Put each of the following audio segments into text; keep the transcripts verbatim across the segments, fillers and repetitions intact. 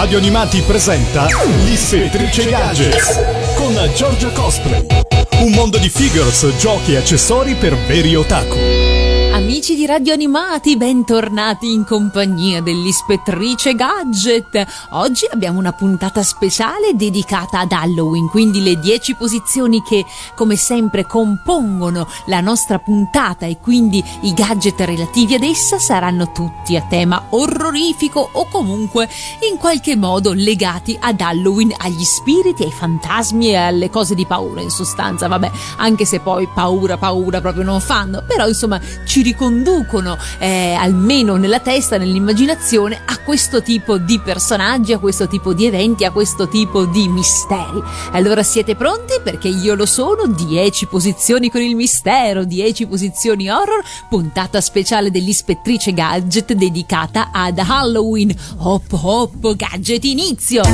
Radio Animati presenta l'Ispettrice Gadgets con Giorgia Cosplay. Un mondo di figures, giochi e accessori per veri otaku. Amici di Radio Animati, bentornati in compagnia dell'Ispettrice Gadget. Oggi abbiamo una puntata speciale dedicata ad Halloween, quindi le dieci posizioni che, come sempre, compongono la nostra puntata e quindi i gadget relativi ad essa saranno tutti a tema orrorifico o comunque in qualche modo legati ad Halloween, agli spiriti, ai fantasmi e alle cose di paura, in sostanza, vabbè, anche se poi paura paura proprio non fanno, però insomma ci riconducono eh, almeno nella testa, nell'immaginazione, a questo tipo di personaggi, a questo tipo di eventi, a questo tipo di misteri. Allora siete pronti? Perché io lo sono. Dieci posizioni con il mistero, dieci posizioni horror, puntata speciale dell'Ispettrice Gadget dedicata ad Halloween. Hop hop gadget, inizio!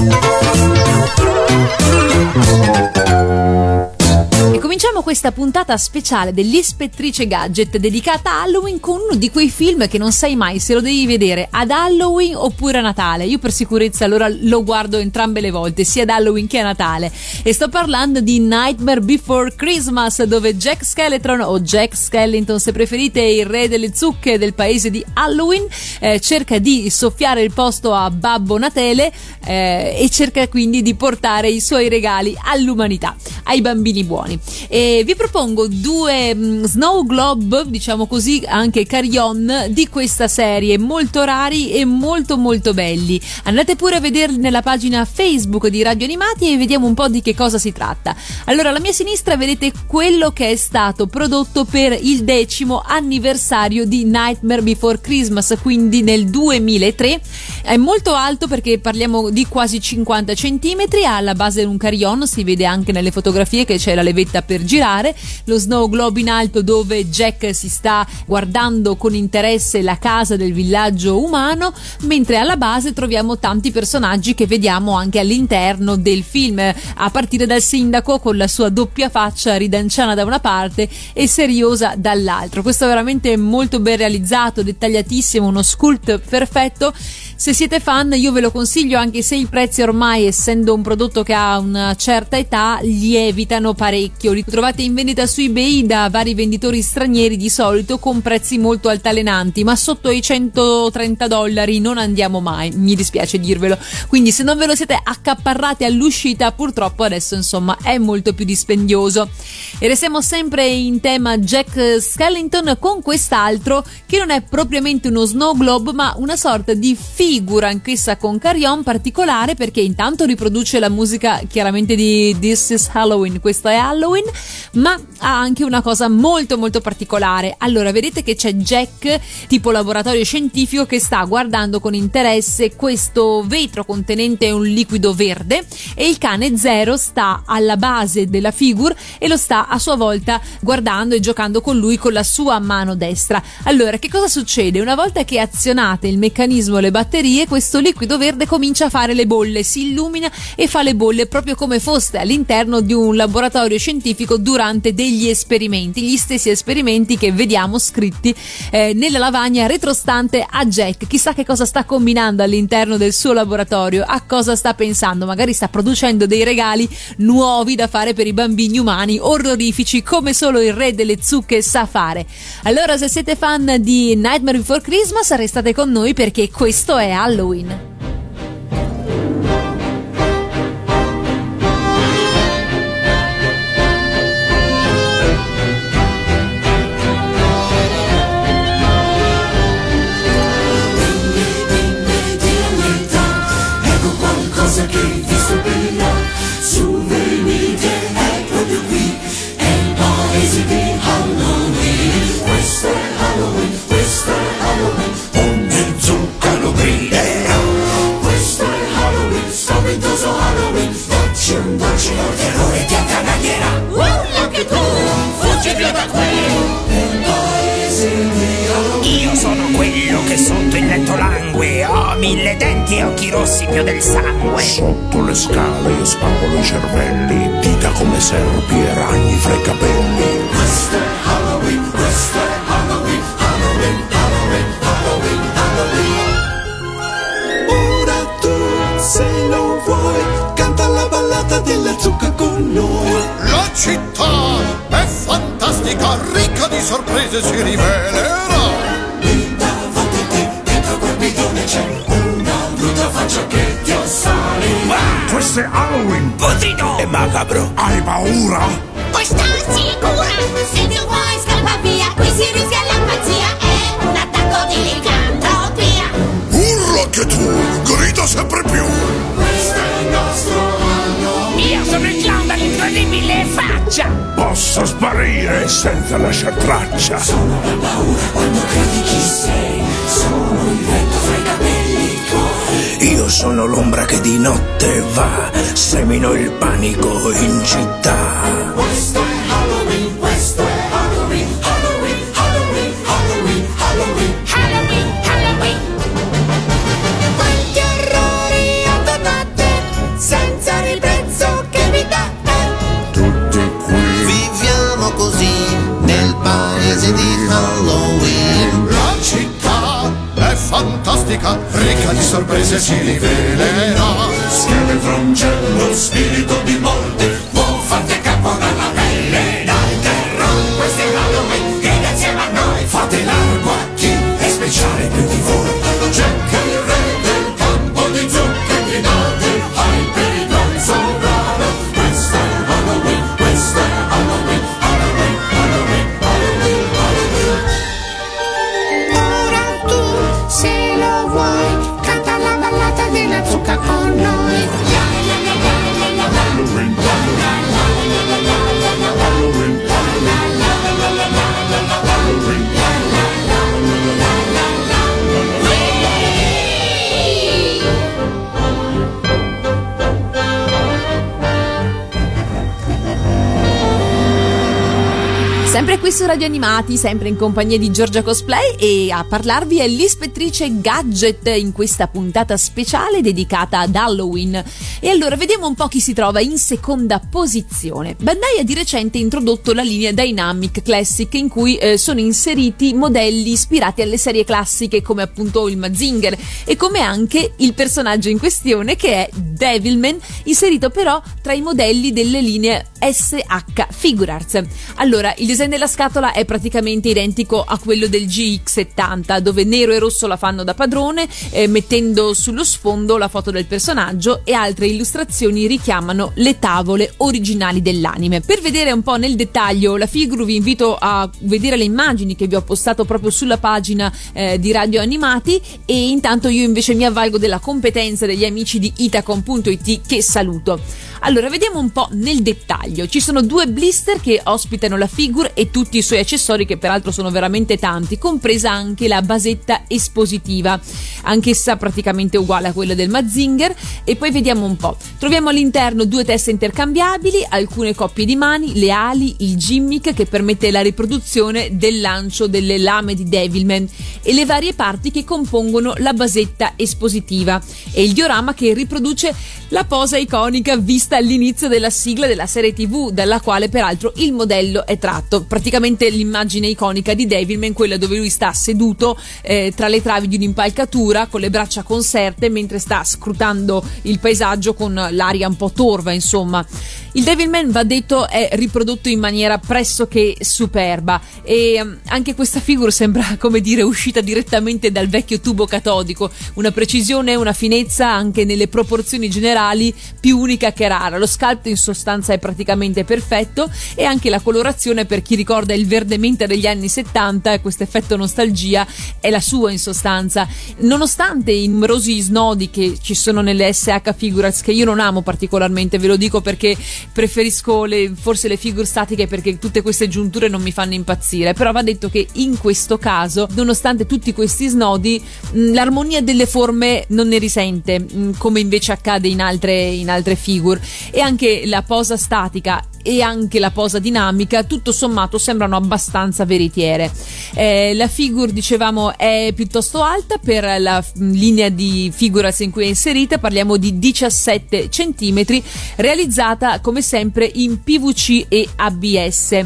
E cominciamo questa puntata speciale dell'Ispettrice Gadget dedicata a Halloween con uno di quei film che non sai mai se lo devi vedere ad Halloween oppure a Natale. Io per sicurezza allora lo guardo entrambe le volte, sia ad Halloween che a Natale, e sto parlando di Nightmare Before Christmas, dove Jack Skellington, o Jack Skellington se preferite, il re delle zucche del paese di Halloween, eh, cerca di soffiare il posto a Babbo Natale eh, e cerca quindi di portare i suoi regali all'umanità, ai bambini buoni. E vi propongo due mh, snow globe, diciamo così, anche carillon di questa serie, molto rari e molto molto belli. Andate pure a vederli nella pagina Facebook di Radio Animati e vediamo un po' di che cosa si tratta. Allora, alla mia sinistra vedete quello che è stato prodotto per il decimo anniversario di Nightmare Before Christmas, quindi nel duemilatré. È molto alto perché parliamo di quasi cinquanta centimetri, ha alla base un carillon, si vede anche nelle fotografie che c'è la levetta per girare, lo snow globe in alto dove Jack si sta guardando con interesse la casa del villaggio umano, mentre alla base troviamo tanti personaggi che vediamo anche all'interno del film, a partire dal sindaco con la sua doppia faccia ridanciana da una parte e seriosa dall'altro. Questo è veramente molto ben realizzato, dettagliatissimo, uno sculpt perfetto. Se siete fan io ve lo consiglio, anche se i prezzi ormai, essendo un prodotto che ha una certa età, lievitano parecchio. Li trovate in vendita su eBay da vari venditori stranieri di solito con prezzi molto altalenanti, ma sotto i centotrenta dollari non andiamo mai, mi dispiace dirvelo. Quindi se non ve lo siete accaparrati all'uscita, purtroppo adesso insomma è molto più dispendioso. E restiamo sempre in tema Jack Skellington con quest'altro che non è propriamente uno snow globe, ma una sorta di figura anch'essa con carillon particolare, perché intanto riproduce la musica chiaramente di This is Halloween, questo è Halloween, ma ha anche una cosa molto molto particolare. Allora, vedete che c'è Jack tipo laboratorio scientifico che sta guardando con interesse questo vetro contenente un liquido verde, e il cane Zero sta alla base della figure e lo sta a sua volta guardando e giocando con lui con la sua mano destra. Allora, che cosa succede? Una volta che azionate il meccanismo e le batterie, questo liquido verde comincia a fare le bolle, si illumina e fa le bolle proprio come foste all'interno di un laboratorio scientifico durante degli esperimenti, gli stessi esperimenti che vediamo scritti eh, nella lavagna retrostante a Jack. Chissà che cosa sta combinando all'interno del suo laboratorio, a cosa sta pensando, magari sta producendo dei regali nuovi da fare per i bambini umani, orrorifici come solo il re delle zucche sa fare. Allora, se siete fan di Nightmare Before Christmas, restate con noi perché questo è Halloween. Io sono quello che sotto il letto langue, ho mille denti e occhi rossi più del sangue. Sotto le scale spapolo i cervelli, dita come serpi e ragni fra i capelli. Questo è Halloween, questo è Halloween, Halloween, Halloween, Halloween, Halloween. Ora tu sei ballata della zucca con noi. La città è fantastica, ricca di sorprese, si rivelerà. C'è una brutta faccia che ti assale. Ah, questo è Halloween. Putrido e macabro. Hai paura? Puoi star sicura, se tu vuoi scappa via, qui si rischia la pazzia, è un attacco di licantropia. Urla che tu, grida sempre più. Questo è il nostro anno. Io sono il clown dall'incredibile faccia. Posso sparire senza lasciar traccia. Sono la paura quando credi chi sei. Sono il vento fra i capelli tuoi. Io sono l'ombra che di notte va, semino il panico in città. Questo è Halloween, questo è Halloween, Halloween, Halloween, Halloween, Halloween, Halloween, Halloween. Quanti orrori addotate, senza ribrezzo che vi dà. Tutti qui. Viviamo così nel paese di Halloween. La città è fantastica, ricca di sorprese, si rivelerà. Scheletron c'è lo spirito di morte, può farti capo dalla pelle dal terror. Questo è Halloween, grida insieme a noi, fate largo a chi è speciale più di voi. C'è che il re del campo di zucche, gridate ai pericoli sovrano. Questo è Halloween, questo è Halloween, Halloween, Halloween, Halloween, Halloween. Ora tu, se lo vuoi, canta la ballata della zucca con noi. Sempre qui su Radio Animati, sempre in compagnia di Giorgia Cosplay, e a parlarvi è l'ispettrice Gadget in questa puntata speciale dedicata ad Halloween. E allora vediamo un po' chi si trova in seconda posizione. Bandai ha di recente introdotto la linea Dynamic Classic, in cui eh, sono inseriti modelli ispirati alle serie classiche come appunto il Mazinger e come anche il personaggio in questione, che è Devilman, inserito però tra i modelli delle linee S H Figuarts. Allora, il design della scatola è praticamente identico a quello del G X settanta, dove nero e rosso la fanno da padrone, eh, mettendo sullo sfondo la foto del personaggio, e altre illustrazioni richiamano le tavole originali dell'anime. Per vedere un po' nel dettaglio la figure vi invito a vedere le immagini che vi ho postato proprio sulla pagina eh, di Radio Animati, e intanto io invece mi avvalgo della competenza degli amici di Itacom punto it, che saluto. Allora, vediamo un po' nel dettaglio. Ci sono due blister che ospitano la figure e tutti i suoi accessori, che peraltro sono veramente tanti, compresa anche la basetta espositiva, anch'essa praticamente uguale a quella del Mazinger. E poi vediamo un po'. Troviamo all'interno due teste intercambiabili, alcune coppie di mani, le ali, il gimmick che permette la riproduzione del lancio delle lame di Devilman, e le varie parti che compongono la basetta espositiva, e il diorama che riproduce la posa iconica vista all'inizio della sigla della serie tivù, dalla quale peraltro il modello è tratto. Praticamente l'immagine iconica di Devilman, quella dove lui sta seduto eh, tra le travi di un'impalcatura con le braccia conserte mentre sta scrutando il paesaggio con l'aria un po' torva, insomma. Il Devilman, va detto, è riprodotto in maniera pressoché superba, e anche questa figura sembra, come dire, uscita direttamente dal vecchio tubo catodico, una precisione e una finezza anche nelle proporzioni generali più unica che rara. Lo sculpt in sostanza è praticamente perfetto, e anche la colorazione, per chi ricorda il verde menta degli anni settanta, e questo effetto nostalgia è la sua in sostanza, nonostante i numerosi snodi che ci sono nelle S H Figuarts, che io non amo particolarmente, ve lo dico perché preferisco le, forse le figure statiche, perché tutte queste giunture non mi fanno impazzire. Però va detto che in questo caso, nonostante tutti questi snodi, mh, l'armonia delle forme non ne risente, mh, come invece accade in altre, in altre figure, e anche la posa statica e anche la posa dinamica tutto sommato sembrano abbastanza veritiere. Eh, la figure, dicevamo, è piuttosto alta per la mh, linea di Figuarts in cui è inserita, parliamo di diciassette centimetri, realizzata come sempre in P V C e A B S.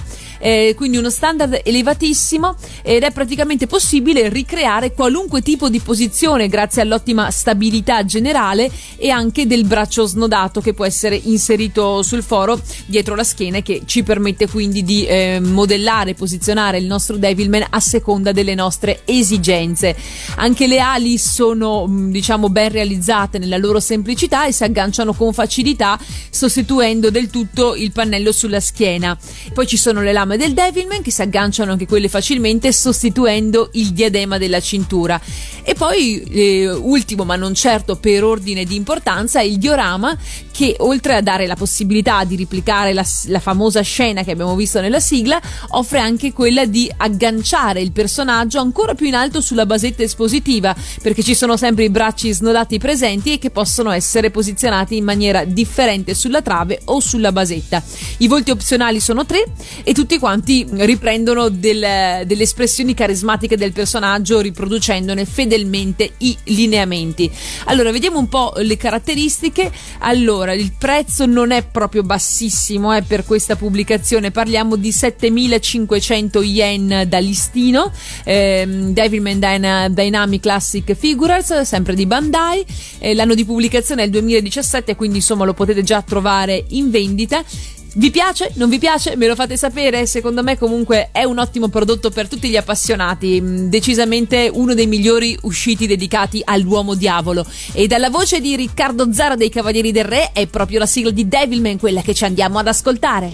eh, quindi uno standard elevatissimo, ed è praticamente possibile ricreare qualunque tipo di posizione grazie all'ottima stabilità generale e anche del braccio snodato che può essere inserito sul foro dietro la schiena, che ci permette quindi di eh, modellare e posizionare il nostro Devilman a seconda delle nostre esigenze. Anche le ali sono diciamo ben realizzate nella loro semplicità e si agganciano con facilità, sostituendo del tutto il pannello sulla schiena. Poi ci sono le lame del Devilman che si agganciano anche quelle facilmente, sostituendo il diadema della cintura. E poi eh, ultimo ma non certo per ordine di importanza il diorama, che oltre a dare la possibilità di replicare la, la famosa scena che abbiamo visto nella sigla, offre anche quella di agganciare il personaggio ancora più in alto sulla basetta espositiva, perché ci sono sempre i bracci snodati presenti e che possono essere posizionati in maniera differente sulla trave o sulla basetta. I volti opzionali sono tre e tutti quanti riprendono del, delle espressioni carismatiche del personaggio, riproducendone fedelmente i lineamenti. Allora, vediamo un po' le caratteristiche. Allora, il prezzo non è proprio bassissimo eh, per questa pubblicazione, parliamo di settemilacinquecento yen da listino, ehm, Devilman Dyna- Dynamic Classic Figures, sempre di Bandai. Eh, l'anno di pubblicazione è il duemiladiciassette, quindi insomma lo potete già trovare in vendita. Vi piace? Non vi piace? Me lo fate sapere. Secondo me comunque è un ottimo prodotto per tutti gli appassionati, decisamente uno dei migliori usciti dedicati all'uomo diavolo. E dalla voce di Riccardo Zara dei Cavalieri del Re è proprio la sigla di Devilman quella che ci andiamo ad ascoltare.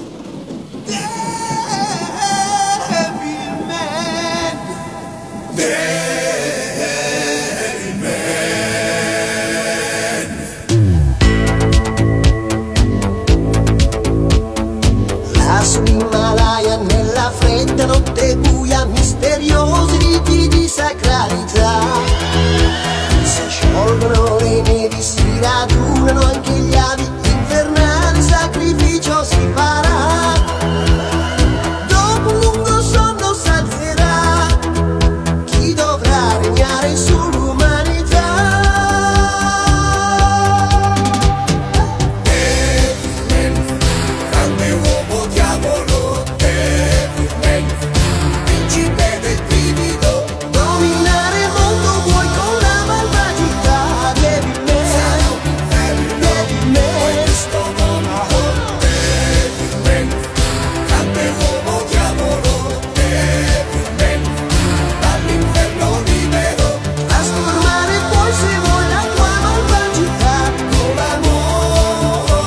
Sull'Himalaya nella fredda notte buia, misteriosi riti di sacralità. Si sciolgono le nevi, si radunano anche gli avi, infernale sacrificio si farà. Dopo un lungo sonno salterà chi dovrà regnare sull'umanità. Devilman, grande uomo diavolo, Devilman, principe del brivido, Dominare il mondo vuoi con la malvagità. Devilman, sarà un inferno, poi questo mondo. Devilman, grande uomo diavolo, Devilman, dall'inferno libero, trasformare poi se vuoi la tua malvagità con l'amore.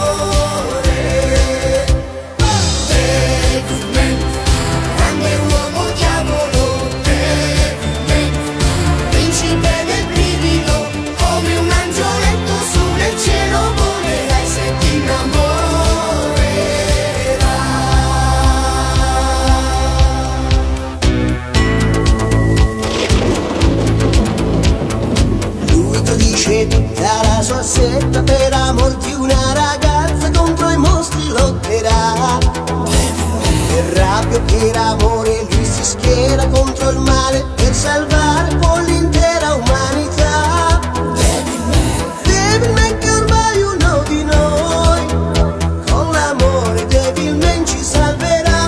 Devilman, grande uomo diavolo, Devilman, principe del brivido, come un angioletto su nel cielo volerai se ti innamorerai. Lui ti dice tutta la sua setta, per amor di una ragazza contro i mostri lotterà. Per rabbia o per amore lui si schiera contro il male, per salvare poi l'intera umanità. Devilman che ormai è uno di noi, con l'amore Devilman ci salverà.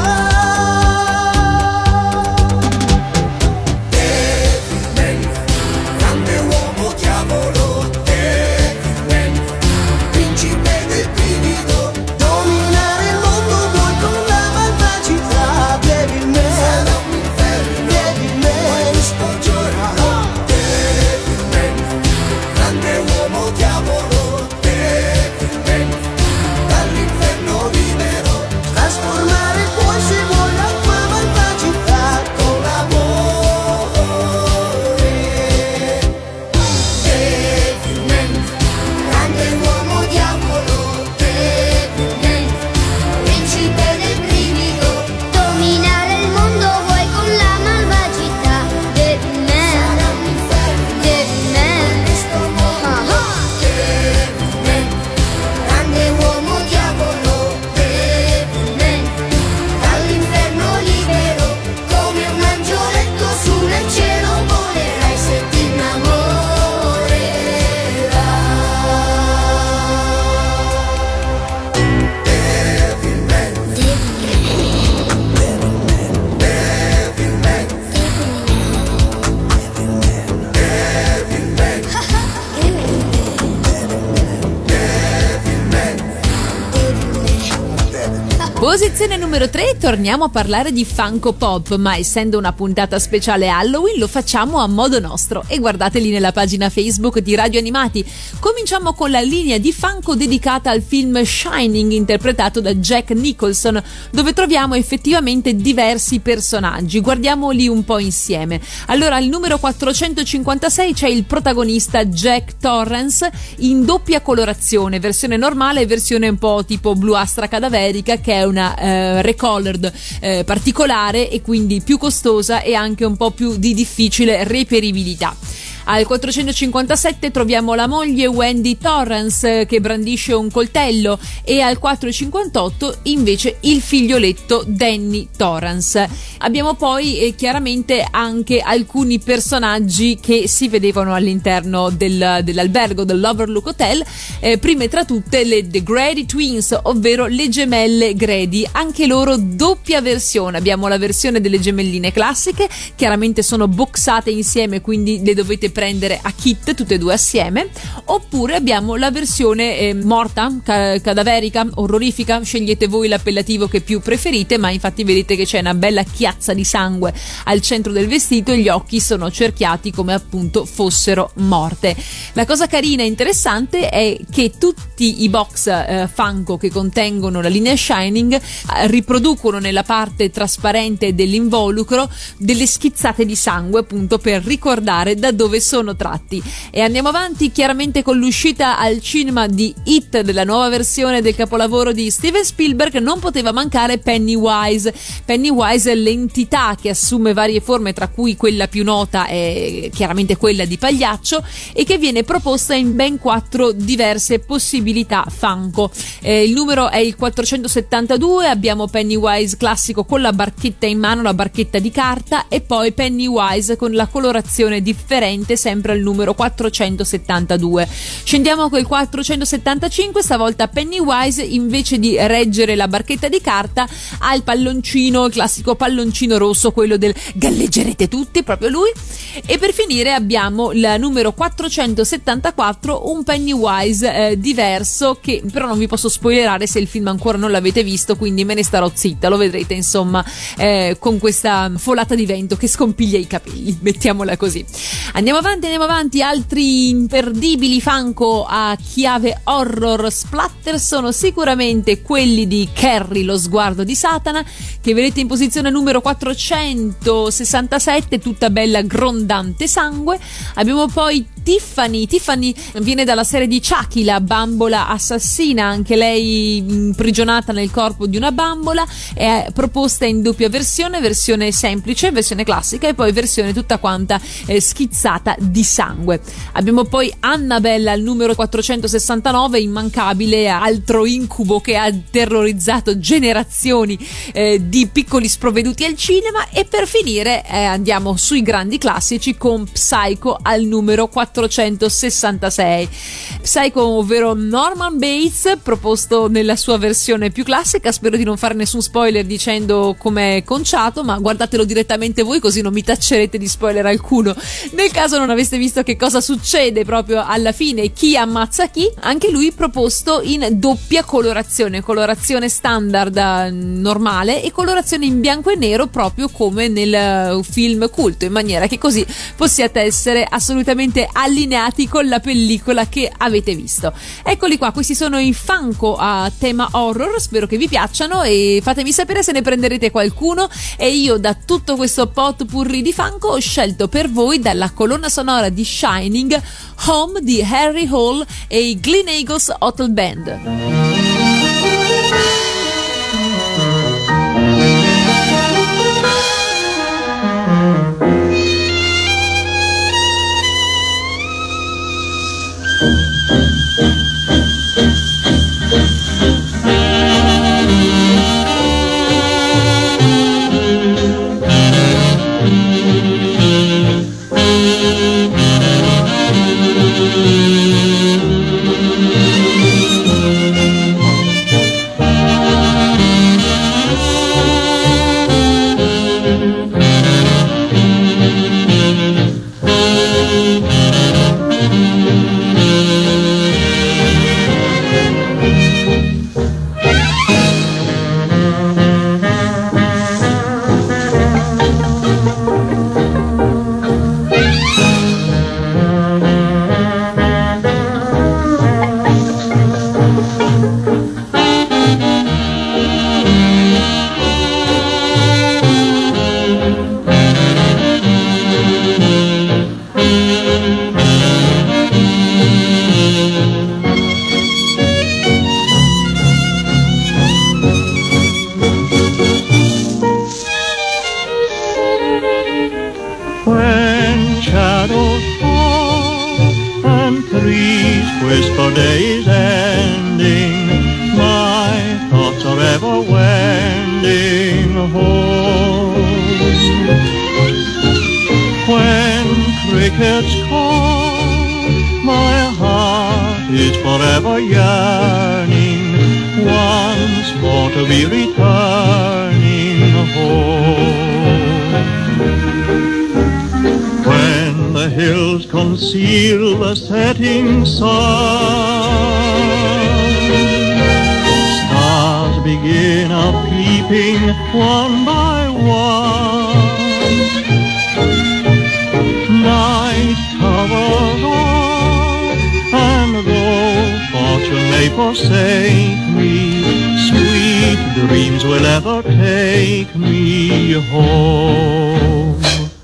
Devilman, grande uomo diavolo, Devilman, principe del brivido, Dominare il mondo vuoi con la malvagità. Devilman, sarà un inferno, poi Devilman, questo giorno. Posizione numero tre, torniamo a parlare di Funko Pop, ma essendo una puntata speciale Halloween lo facciamo a modo nostro e guardateli nella pagina Facebook di Radio Animati. Cominciamo con la linea di Funko dedicata al film Shining interpretato da Jack Nicholson, dove troviamo effettivamente diversi personaggi. Guardiamoli un po' insieme. Allora, al numero quattrocentocinquantasei c'è il protagonista Jack Torrance in doppia colorazione, versione normale e versione un po' tipo bluastra cadaverica, che è una eh, recolored eh, particolare e quindi più costosa e anche un po' più di difficile reperibilità. Al quattrocentocinquantasette troviamo la moglie Wendy Torrance che brandisce un coltello e al quattrocentocinquantotto invece il figlioletto Danny Torrance. Abbiamo poi eh, chiaramente anche alcuni personaggi che si vedevano all'interno del, dell'albergo dell'Overlook Hotel, eh, prime tra tutte le The Grady Twins, ovvero le gemelle Grady, anche loro doppia versione. Abbiamo la versione delle gemelline classiche, chiaramente sono boxate insieme, quindi le dovete prendere a kit tutte e due assieme, oppure abbiamo la versione eh, morta, ca- cadaverica, orrorifica, scegliete voi l'appellativo che più preferite, ma infatti vedete che c'è una bella chiazza di sangue al centro del vestito e gli occhi sono cerchiati come appunto fossero morte. La cosa carina e interessante è che tutti i box eh, Funko che contengono la linea Shining eh, riproducono nella parte trasparente dell'involucro delle schizzate di sangue, appunto per ricordare da dove sono tratti. E andiamo avanti chiaramente con l'uscita al cinema di It, della nuova versione del capolavoro di Steven Spielberg. Non poteva mancare Pennywise. Pennywise è l'entità che assume varie forme, tra cui quella più nota è chiaramente quella di pagliaccio e che viene proposta in ben quattro diverse possibilità Funko. Eh, il numero è il quattrocentosettantadue, abbiamo Pennywise classico con la barchetta in mano, la barchetta di carta, e poi Pennywise con la colorazione differente sempre al numero quattrocentosettantadue. Scendiamo col quattrocentosettantacinque, stavolta Pennywise invece di reggere la barchetta di carta ha il palloncino, il classico palloncino rosso, quello del galleggerete tutti, proprio lui. E per finire abbiamo il numero quattrocentosettantaquattro, un Pennywise eh, diverso, che però non vi posso spoilerare se il film ancora non l'avete visto, quindi me ne starò zitta, lo vedrete insomma eh, con questa folata di vento che scompiglia i capelli, mettiamola così. Andiamo avanti, andiamo avanti, altri imperdibili Funko a chiave horror splatter sono sicuramente quelli di Carrie, lo sguardo di Satana, che vedete in posizione numero quattrocentosessantasette, tutta bella grondante sangue. Abbiamo poi Tiffany. Tiffany viene dalla serie di Chucky, la bambola assassina, anche lei imprigionata nel corpo di una bambola, è proposta in doppia versione, versione semplice, versione classica e poi versione tutta quanta eh, schizzata di sangue. Abbiamo poi Annabelle al numero quattrocentosessantanove, immancabile, altro incubo che ha terrorizzato generazioni eh, di piccoli sprovveduti al cinema. E per finire eh, andiamo sui grandi classici con Psycho al numero quattrocentosessantasei. Psycho, ovvero Norman Bates, proposto nella sua versione più classica. Spero di non fare nessun spoiler dicendo com'è conciato, ma guardatelo direttamente voi così non mi taccerete di spoiler alcuno nel caso non aveste visto che cosa succede proprio alla fine, chi ammazza chi. Anche lui proposto in doppia colorazione, colorazione standard normale e colorazione in bianco e nero, proprio come nel film culto, in maniera che così possiate essere assolutamente allineati con la pellicola che avete visto. Eccoli qua, questi sono i Funko a tema horror, spero che vi piacciono e fatemi sapere se ne prenderete qualcuno. E io da tutto questo potpourri di Funko ho scelto per voi, dalla colonna sonora di Shining, Home di Harry Hole e i Glen Eagles Hotel Band. whisper day is ending, my thoughts are ever wending home. When crickets call, my heart is forever yearning, once more to be returning home. When the hills conceal the setting sun, stars begin a peeping one by one. Night covers all, and though fortune may forsake me, sweet dreams will ever take me home.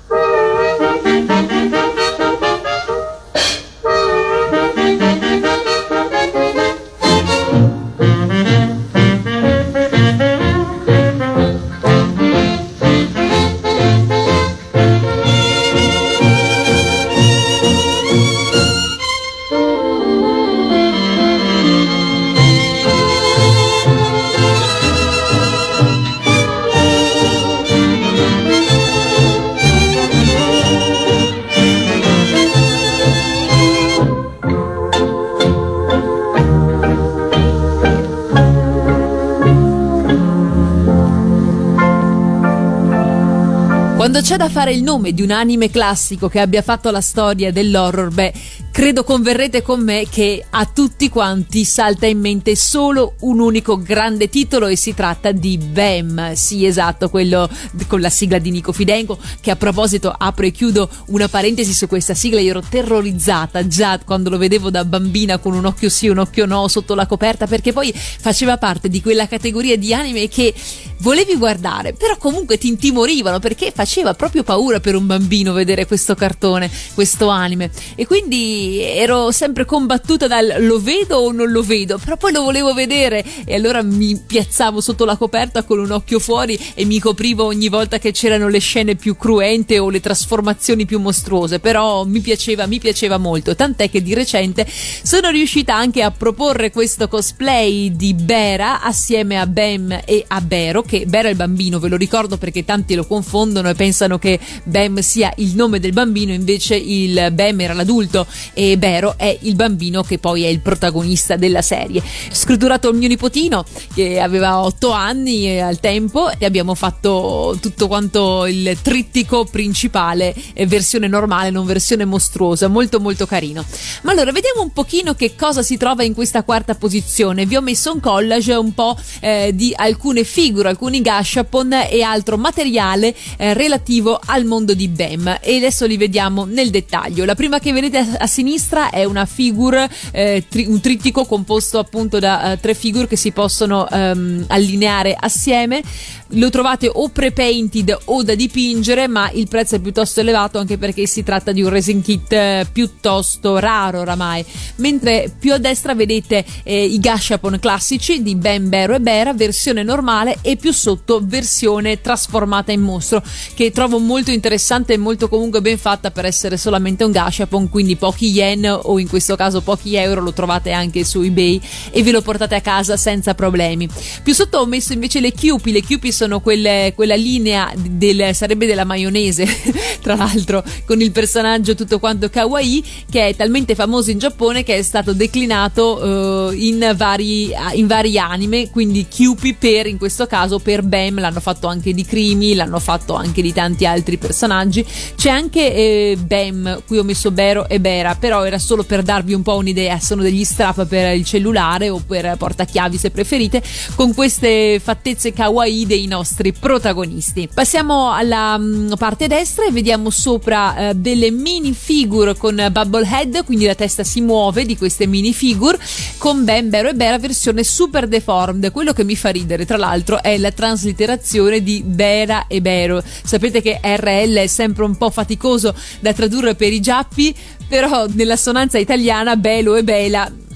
Quando c'è da fare il nome di un anime classico che abbia fatto la storia dell'horror, beh, credo converrete con me che a tutti quanti salta in mente solo un unico grande titolo, e si tratta di Bam. Sì, esatto, quello con la sigla di Nico Fidenco, che a proposito, apro e chiudo una parentesi su questa sigla, io ero terrorizzata già quando lo vedevo da bambina con un occhio sì, un occhio no sotto la coperta, perché poi faceva parte di quella categoria di anime che volevi guardare, però comunque ti intimorivano, perché faceva proprio paura per un bambino vedere questo cartone, questo anime, e quindi ero sempre combattuta dal lo vedo o non lo vedo, però poi lo volevo vedere, e allora mi piazzavo sotto la coperta con un occhio fuori e mi coprivo ogni volta che c'erano le scene più cruente o le trasformazioni più mostruose. Però mi piaceva, mi piaceva molto, tant'è che di recente sono riuscita anche a proporre questo cosplay di Bera assieme a Bam e a Bero, che Bera è il bambino, ve lo ricordo perché tanti lo confondono e pensano che Bam sia il nome del bambino, invece il Bam era l'adulto e Bero è il bambino che poi è il protagonista della serie. Scritturato il mio nipotino che aveva otto anni al tempo, e abbiamo fatto tutto quanto il trittico principale, versione normale, non versione mostruosa, molto molto carino. Ma allora vediamo un pochino che cosa si trova in questa quarta posizione. Vi ho messo un collage un po' eh, di alcune figure, alcuni gashapon e altro materiale eh, relativo al mondo di Bam, e adesso li vediamo nel dettaglio. La prima che vedete a, a sinistra è una figure, eh, tri- un trittico composto appunto da uh, tre figure che si possono um, allineare assieme. Lo trovate o pre-painted o da dipingere, ma il prezzo è piuttosto elevato anche perché si tratta di un resin kit eh, piuttosto raro oramai. Mentre più a destra vedete eh, i gashapon classici di Bam, Bero e Bera, versione normale, e più sotto versione trasformata in mostro, che trovo molto interessante e molto comunque ben fatta per essere solamente un gashapon, quindi pochi yen o in questo caso pochi euro, lo trovate anche su eBay e ve lo portate a casa senza problemi. Più sotto ho messo invece le Kewpie. Le Kewpie sono quelle, quella linea del, sarebbe della maionese tra l'altro, con il personaggio tutto quanto kawaii, che è talmente famoso in Giappone che è stato declinato uh, in vari in vari anime, quindi Kewpie per, in questo caso per Bam, l'hanno fatto anche di Krimi, l'hanno fatto anche di tanti altri personaggi. C'è anche eh, Bam, qui ho messo Bero e Bera, però era solo per darvi un po' un'idea. Sono degli strap per il cellulare o per portachiavi se preferite, con queste fattezze kawaii dei nostri protagonisti. Passiamo alla mh, parte destra e vediamo sopra eh, delle mini figure con Bubblehead, quindi la testa si muove di queste mini figure con Bam, Bero e Bera versione super deformed. Quello che mi fa ridere tra l'altro è la traslitterazione di Bera e Bero. Sapete che R L è sempre un po' faticoso da tradurre per i giappi, però nell'assonanza italiana Belo e Bela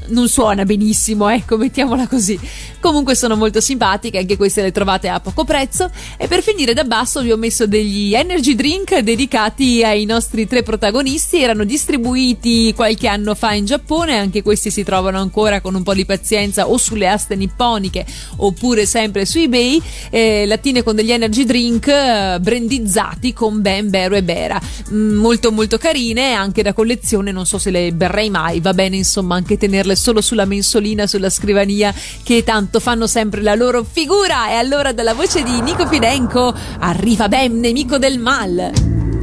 non suona benissimo, ecco, mettiamola così. Comunque sono molto simpatiche, anche queste le trovate a poco prezzo. E per finire da basso vi ho messo degli energy drink dedicati ai nostri tre protagonisti. Erano distribuiti qualche anno fa in Giappone, anche questi si trovano ancora con un po' di pazienza o sulle aste nipponiche oppure sempre su eBay, eh, lattine con degli energy drink eh, brandizzati con Ben, Bero e Bera, mm, molto molto carine, anche da collezione, non so se le berrei mai, va bene insomma anche tenerle solo sulla mensolina, sulla scrivania, che tanto fanno sempre la loro figura. E allora dalla voce di Nico Fidenco arriva Ben, nemico del mal.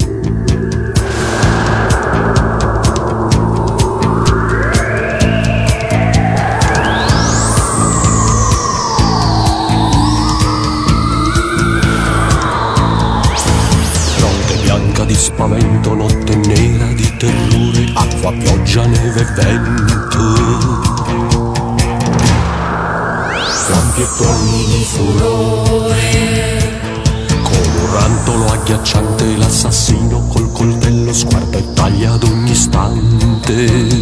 Di spavento, notte nera di terrore, acqua, pioggia, neve e vento. Lampi e tuoni di furore, come un rantolo agghiacciante, l'assassino col coltello sguarda e taglia ad ogni istante.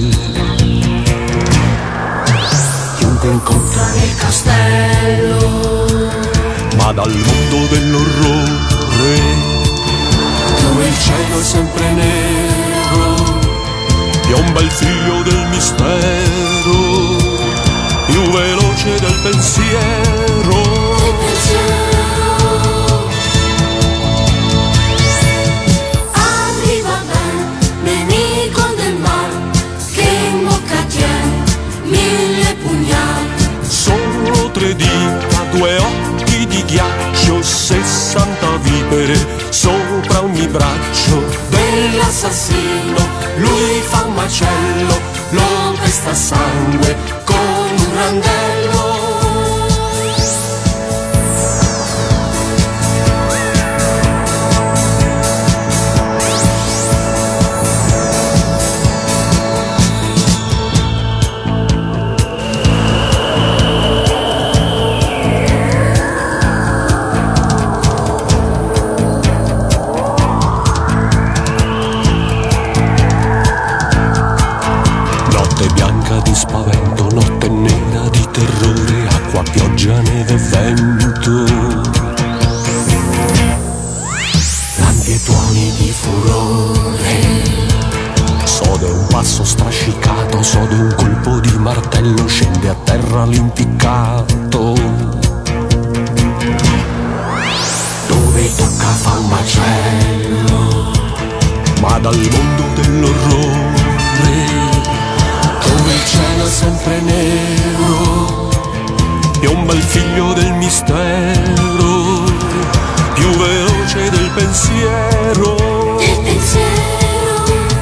Chiunque incontra nel castello, ma dal mondo dell'orrore, dove il cielo è sempre nero, piomba il figlio del mistero, più veloce del pensiero. Il pensiero. Arriva Ben, nemico del mal, che in bocca tiene mille pugnali. Solo tre dita, due occhi di ghiaccio, sessanta vipere sopra ogni braccio Dell'assassino, lui fa un macello, lo pesta sangue con un randello. Di spavento, notte nera di terrore, acqua, pioggia, neve e vento. Lampi e tuoni di furore, sode un passo strascicato, sode un colpo di martello, scende a terra l'impiccato. Dove tocca fa un macello, ma dal mondo dell'orrore, dove il cielo è sempre nero, piomba il figlio del mistero, più veloce del pensiero. Del pensiero.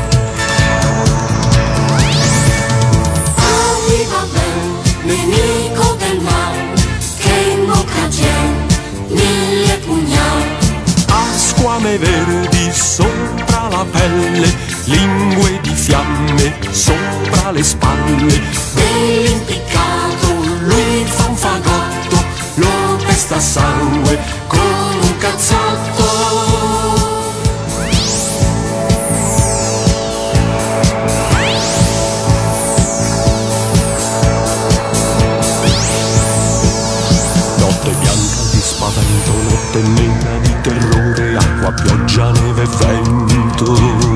Arriva Ben, nemico del mal, che in bocca tiene mille pugnali. Ha squame verdi sopra la pelle, lingue di fiamme sopra le spalle. Dell'impiccato Lui fa un fagotto, lo pesta sangue con un cazzotto. Notte bianca di spavento, notte nera di terrore, acqua, pioggia, neve e vento.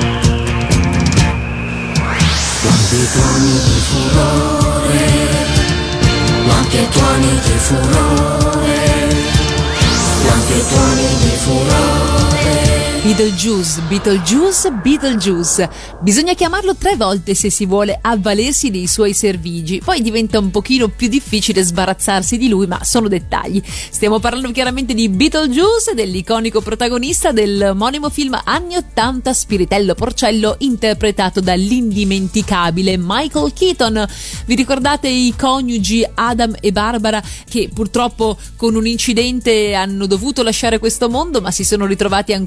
Lampi e tuoni di furore, lampi e tuoni di furore, lampi e tuoni di furore. Beetlejuice, Beetlejuice, Beetlejuice. Bisogna chiamarlo tre volte se si vuole avvalersi dei suoi servigi. Poi diventa un pochino più difficile sbarazzarsi di lui, ma sono dettagli. Stiamo parlando chiaramente di Beetlejuice, dell'iconico protagonista dell'omonimo film anni ottanta Spiritello Porcello, interpretato dall'indimenticabile Michael Keaton. Vi ricordate i coniugi Adam e Barbara che purtroppo con un incidente hanno dovuto lasciare questo mondo, ma si sono ritrovati ancora nella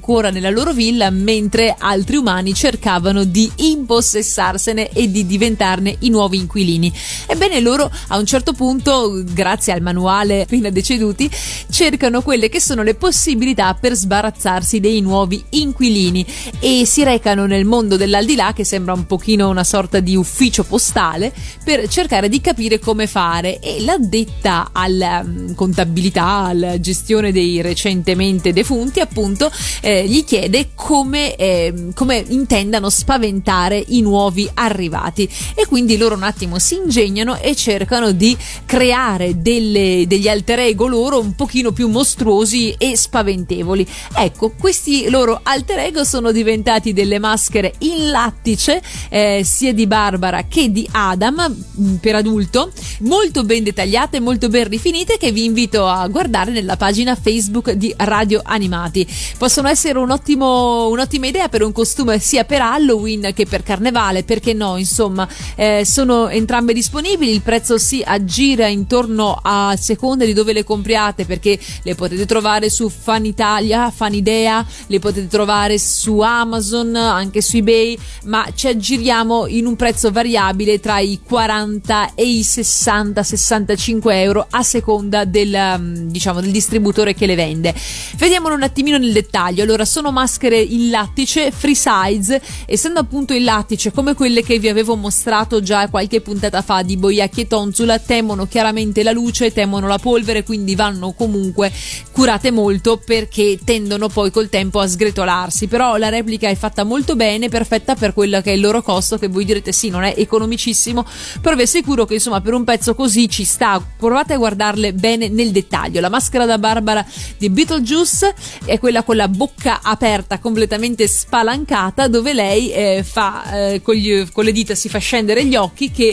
nella loro villa mentre altri umani cercavano di impossessarsene e di diventarne i nuovi inquilini. Ebbene, loro a un certo punto, grazie al manuale appena deceduti, cercano quelle che sono le possibilità per sbarazzarsi dei nuovi inquilini e si recano nel mondo dell'aldilà, che sembra un pochino una sorta di ufficio postale, per cercare di capire come fare. E l'addetta alla um, contabilità, alla gestione dei recentemente defunti, appunto, eh, gli chiede come, eh, come intendano spaventare i nuovi arrivati, e quindi loro un attimo si ingegnano e cercano di creare delle, degli alter ego loro un pochino più mostruosi e spaventevoli. Ecco, questi loro alter ego sono diventati delle maschere in lattice, eh, sia di Barbara che di Adam, per adulto, molto ben dettagliate, molto ben rifinite, che vi invito a guardare nella pagina Facebook di Radio Animati. Possono essere un ottimo, un'ottima idea per un costume sia per Halloween che per Carnevale, perché no, insomma, eh, sono entrambe disponibili. Il prezzo si aggira intorno a seconda di dove le compriate, perché le potete trovare su Fan Italia, Fanidea, le potete trovare su Amazon, anche su eBay, ma ci aggiriamo in un prezzo variabile tra i quaranta e i sessanta sessantacinque euro a seconda del, diciamo, del distributore che le vende. Vediamolo un attimino nel dettaglio. Allora, sono maschere in lattice free size, essendo appunto in lattice come quelle che vi avevo mostrato già qualche puntata fa di Boiacchi e Tonzula, temono chiaramente la luce, temono la polvere, quindi vanno comunque curate molto, perché tendono poi col tempo a sgretolarsi. Però la replica è fatta molto bene, perfetta per quello che è il loro costo, che voi direte sì, non è economicissimo, però vi assicuro che insomma per un pezzo così ci sta. Provate a guardarle bene nel dettaglio. La maschera da Barbara di Beetlejuice è quella con la bocca aperta, completamente spalancata, dove lei eh, fa eh, con, gli, con le dita si fa scendere gli occhi, che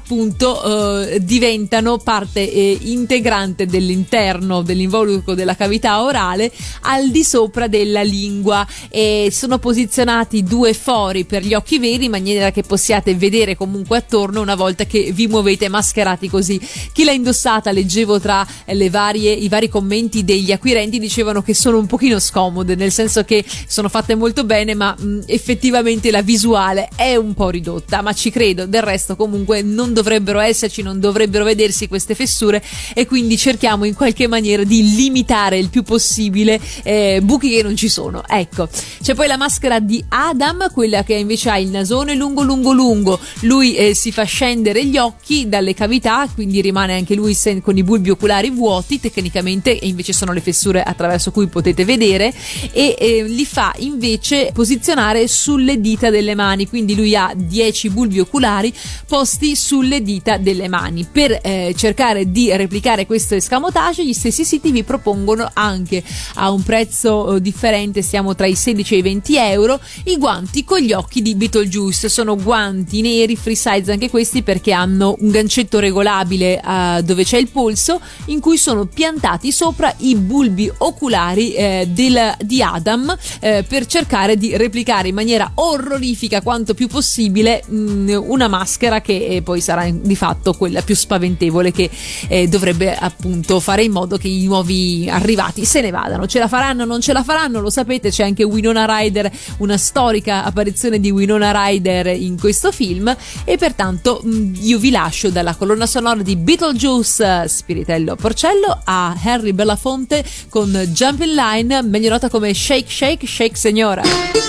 appunto eh, diventano parte eh, integrante dell'interno dell'involucro della cavità orale al di sopra della lingua, e sono posizionati due fori per gli occhi veri, in maniera che possiate vedere comunque attorno una volta che vi muovete mascherati così. Chi l'ha indossata, leggevo tra le varie, i vari commenti degli acquirenti, dicevano che sono un pochino scomode, nel senso che sono fatte molto bene, ma mh, effettivamente la visuale è un po' ridotta, ma ci credo. Del resto comunque non dovrebbero esserci, non dovrebbero vedersi queste fessure, e quindi cerchiamo in qualche maniera di limitare il più possibile eh, buchi che non ci sono. Ecco, c'è poi la maschera di Adam, quella che invece ha il nasone lungo lungo lungo. Lui eh, si fa scendere gli occhi dalle cavità, quindi rimane anche lui sen- con i bulbi oculari vuoti tecnicamente, e invece sono le fessure attraverso cui potete vedere, e eh, li fa invece posizionare sulle dita delle mani, quindi lui ha dieci bulbi oculari posti sulle dita delle mani. Per eh, cercare di replicare questo escamotage, gli stessi siti vi propongono anche a un prezzo eh, differente, siamo tra i sedici e i venti euro, i guanti con gli occhi di Beetlejuice. Sono guanti neri free size anche questi, perché hanno un gancetto regolabile uh, dove c'è il polso, in cui sono piantati sopra i bulbi oculari eh, del, di Adam, eh, per cercare di replicare in maniera orrorifica quanto più possibile mh, una maschera che eh, poi sarà in, di fatto quella più spaventevole, che eh, dovrebbe appunto fare in modo che i nuovi arrivati se ne vadano. Ce la faranno, non ce la faranno, lo sapete. C'è anche Winona Ryder, una storica apparizione di Winona Ryder in questo film, e pertanto mh, io vi lascio dalla colonna sonora di Beetlejuice Spiritello Porcello a Harry Belafonte con Jumping Line, meglio nota come Shake Shake Shake Signora.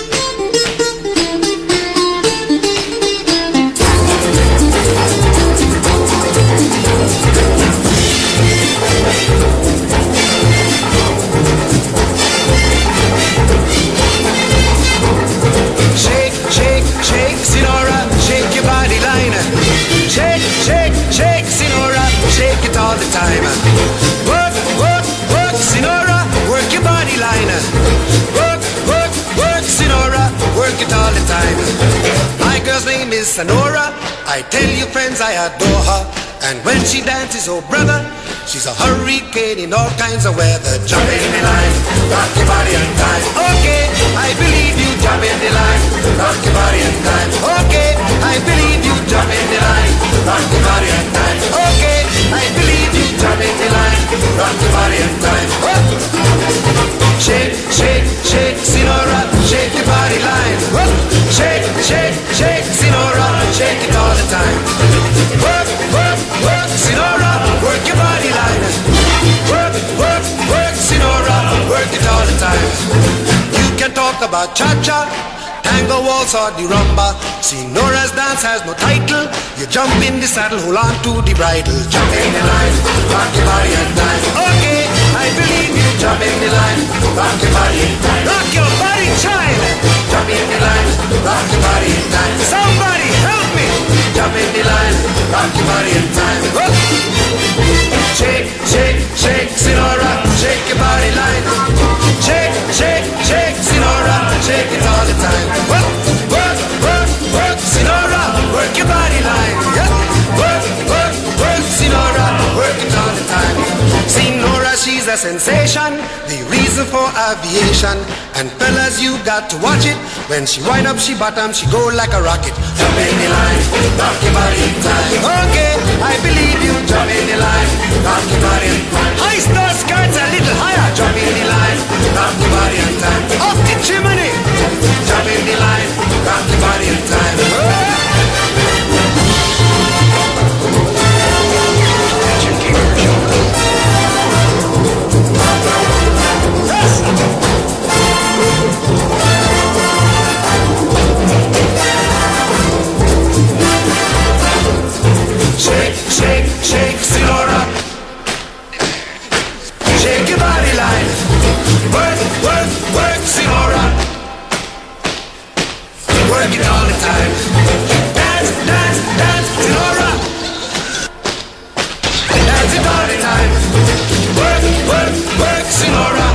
Shake, shake, shake, Sinora, shake your body line. Shake, shake, shake, Sinora, shake it all the time. Work, work, work, Sinora, work your body line. Work, work, work, Sinora, work it all the time. My girl's name is Sonora. I tell you friends, I adore her. And when she dances, oh brother, she's a hurricane in all kinds of weather. Jump in the line, rock your body and time. Okay, I believe you. Jump in the line, rock your body and time. Okay, I believe you. Jump in the line, rock your body and time. Okay, I believe you. Jump in the line, rock your body and time. Oh. Shake, shake, shake, Sinora, bamba, cha-cha, tango, waltz or the rumba. Senora's dance has no title. You jump in the saddle, hold on to the bridle. Jump in the line, rock your body and dance. Okay, I believe you. Jump in the line, rock your body and dance. Rock your body, child. Jump in the line, rock your body and dance. Somebody help me. Jump in the line, rock your body and dance. Oh. Shake, shake, shake, Senora, shake your body line. Shake, shake, shake, Senora, shake it all the time. Work, work, work, work, Senora, work your body line. Yeah. Work, work, work, Senora, work it all the time. Senora, she's a sensation, the reason for aviation. And fellas, you got to watch it. When she wind up, she bottom, she go like a rocket. Jump in the line, rock your body in time. Okay, I believe you. Jump in the line, rock your body in time. High star skirts a little higher. Jump in the line, rock your body in time. Off the chimney. Jump in the line, rock your body in time. Shake, shake, shake, Senora. Shake your body line. Work, work, work, Senora. Work it all the time. Dance, dance, dance, Senora. Dance it all the time. Work, work, work, Senora.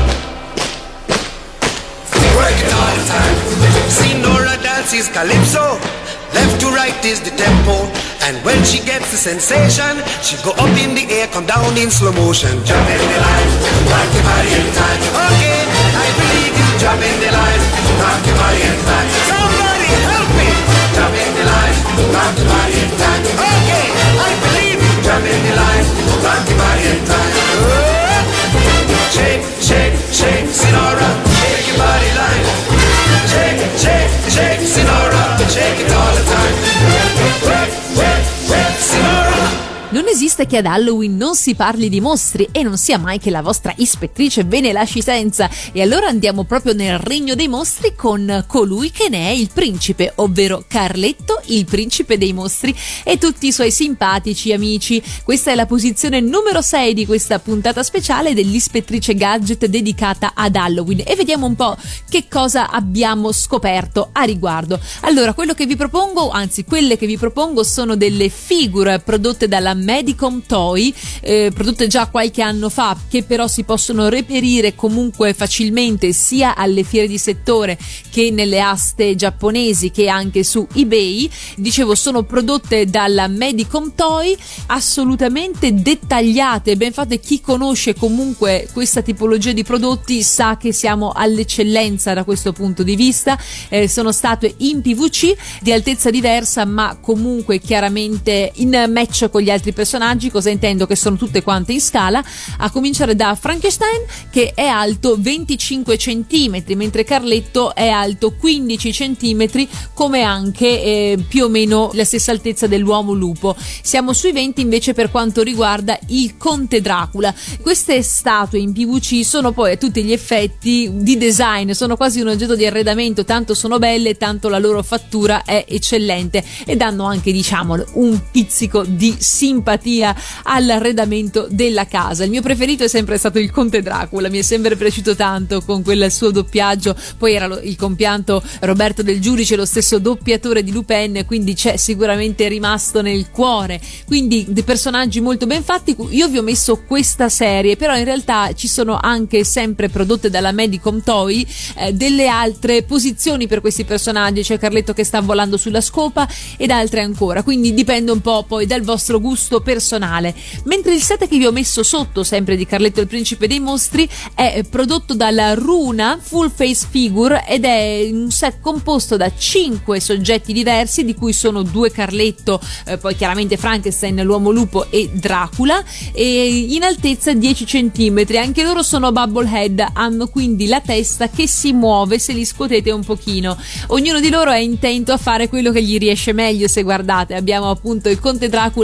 Work it all the time. Senora dances calypso. Left to right is the tempo. And when she gets the sensation, she go up in the air, come down in slow motion. Jump in the line, rock your body in time. Okay, I believe you. Jump in the line, rock your body in time. Somebody help me. Jump in the line, rock your body in time. Okay, I believe you. Jump in the line, rock your body in time. Oh. Shake, shake, shake, Senora, shake your body line. Shake, shake, shake, Senora, shake it all the time. Work, work, work, Senora. Non esiste che ad Halloween non si parli di mostri e non sia mai che la vostra ispettrice ve ne lasci senza. E allora andiamo proprio nel regno dei mostri con colui che ne è il principe, ovvero Carletto, il principe dei mostri, e tutti i suoi simpatici amici. Questa è la posizione numero sei di questa puntata speciale dell'Ispettrice Gadget dedicata ad Halloween, e vediamo un po' che cosa abbiamo scoperto a riguardo. Allora, quello che vi propongo, anzi quelle che vi propongo, sono delle figure prodotte dalla Medicom Toy, eh, prodotte già qualche anno fa, che però si possono reperire comunque facilmente sia alle fiere di settore che nelle aste giapponesi, che anche su eBay. Dicevo, sono prodotte dalla Medicom Toy, assolutamente dettagliate, ben fatte. Chi conosce comunque questa tipologia di prodotti sa che siamo all'eccellenza da questo punto di vista. Eh, sono statue in P V C di altezza diversa, ma comunque chiaramente in match con gli altri personaggi. Cosa intendo? Che sono tutte quante in scala, a cominciare da Frankenstein, che è alto venticinque centimetri, mentre Carletto è alto quindici centimetri, come anche eh, più o meno la stessa altezza dell'uomo lupo. Siamo sui venti invece per quanto riguarda il conte Dracula. Queste statue in P V C sono poi a tutti gli effetti di design, sono quasi un oggetto di arredamento, tanto sono belle, tanto la loro fattura è eccellente, e danno anche, diciamolo, un pizzico di simpatia all'arredamento della casa. Il mio preferito è sempre stato il conte Dracula, mi è sempre piaciuto tanto con quel suo doppiaggio. Poi era lo, il compianto Roberto Del Giudice, lo stesso doppiatore di Lupin, quindi c'è sicuramente rimasto nel cuore. Quindi dei personaggi molto ben fatti. Io vi ho messo questa serie, però in realtà ci sono anche, sempre prodotte dalla Medicom Toy, eh, delle altre posizioni per questi personaggi. C'è Carletto che sta volando sulla scopa ed altre ancora, quindi dipende un po' poi dal vostro gusto personale. Mentre il set che vi ho messo sotto, sempre di Carletto il principe dei mostri, è prodotto dalla Runa Full Face Figure ed è un set composto da cinque soggetti diversi, di cui sono due Carletto, eh, poi chiaramente Frankenstein, l'uomo lupo e Dracula, e in altezza dieci centimetri. Anche loro sono bubblehead, hanno quindi la testa che si muove se li scuotete un pochino. Ognuno di loro è intento a fare quello che gli riesce meglio. Se guardate, abbiamo appunto il conte Dracula che sta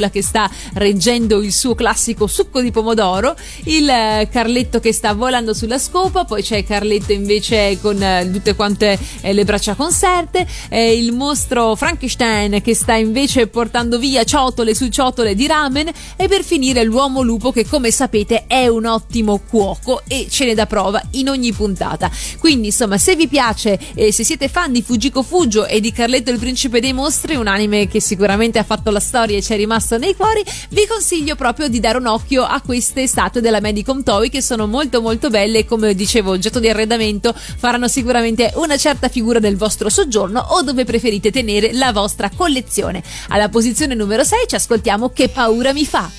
sta reggendo il suo classico succo di pomodoro, il Carletto che sta volando sulla scopa, poi c'è Carletto invece con eh, tutte quante eh, le braccia conserte, eh, il mostro Frankenstein che sta invece portando via ciotole su ciotole di ramen, e per finire l'uomo lupo che, come sapete, è un ottimo cuoco e ce ne dà prova in ogni puntata. Quindi insomma, se vi piace e eh, se siete fan di Fujiko Fujo e di Carletto il principe dei mostri, un anime che sicuramente ha fatto la storia e ci è rimasto nei cuori, vi consiglio proprio di dare un occhio a queste statue della Medicom Toy, che sono molto molto belle e, come dicevo, oggetto di arredamento, faranno sicuramente una certa figura del vostro soggiorno o dove preferite tenere la vostra collezione. Alla posizione numero sei ci ascoltiamo Che paura mi fa.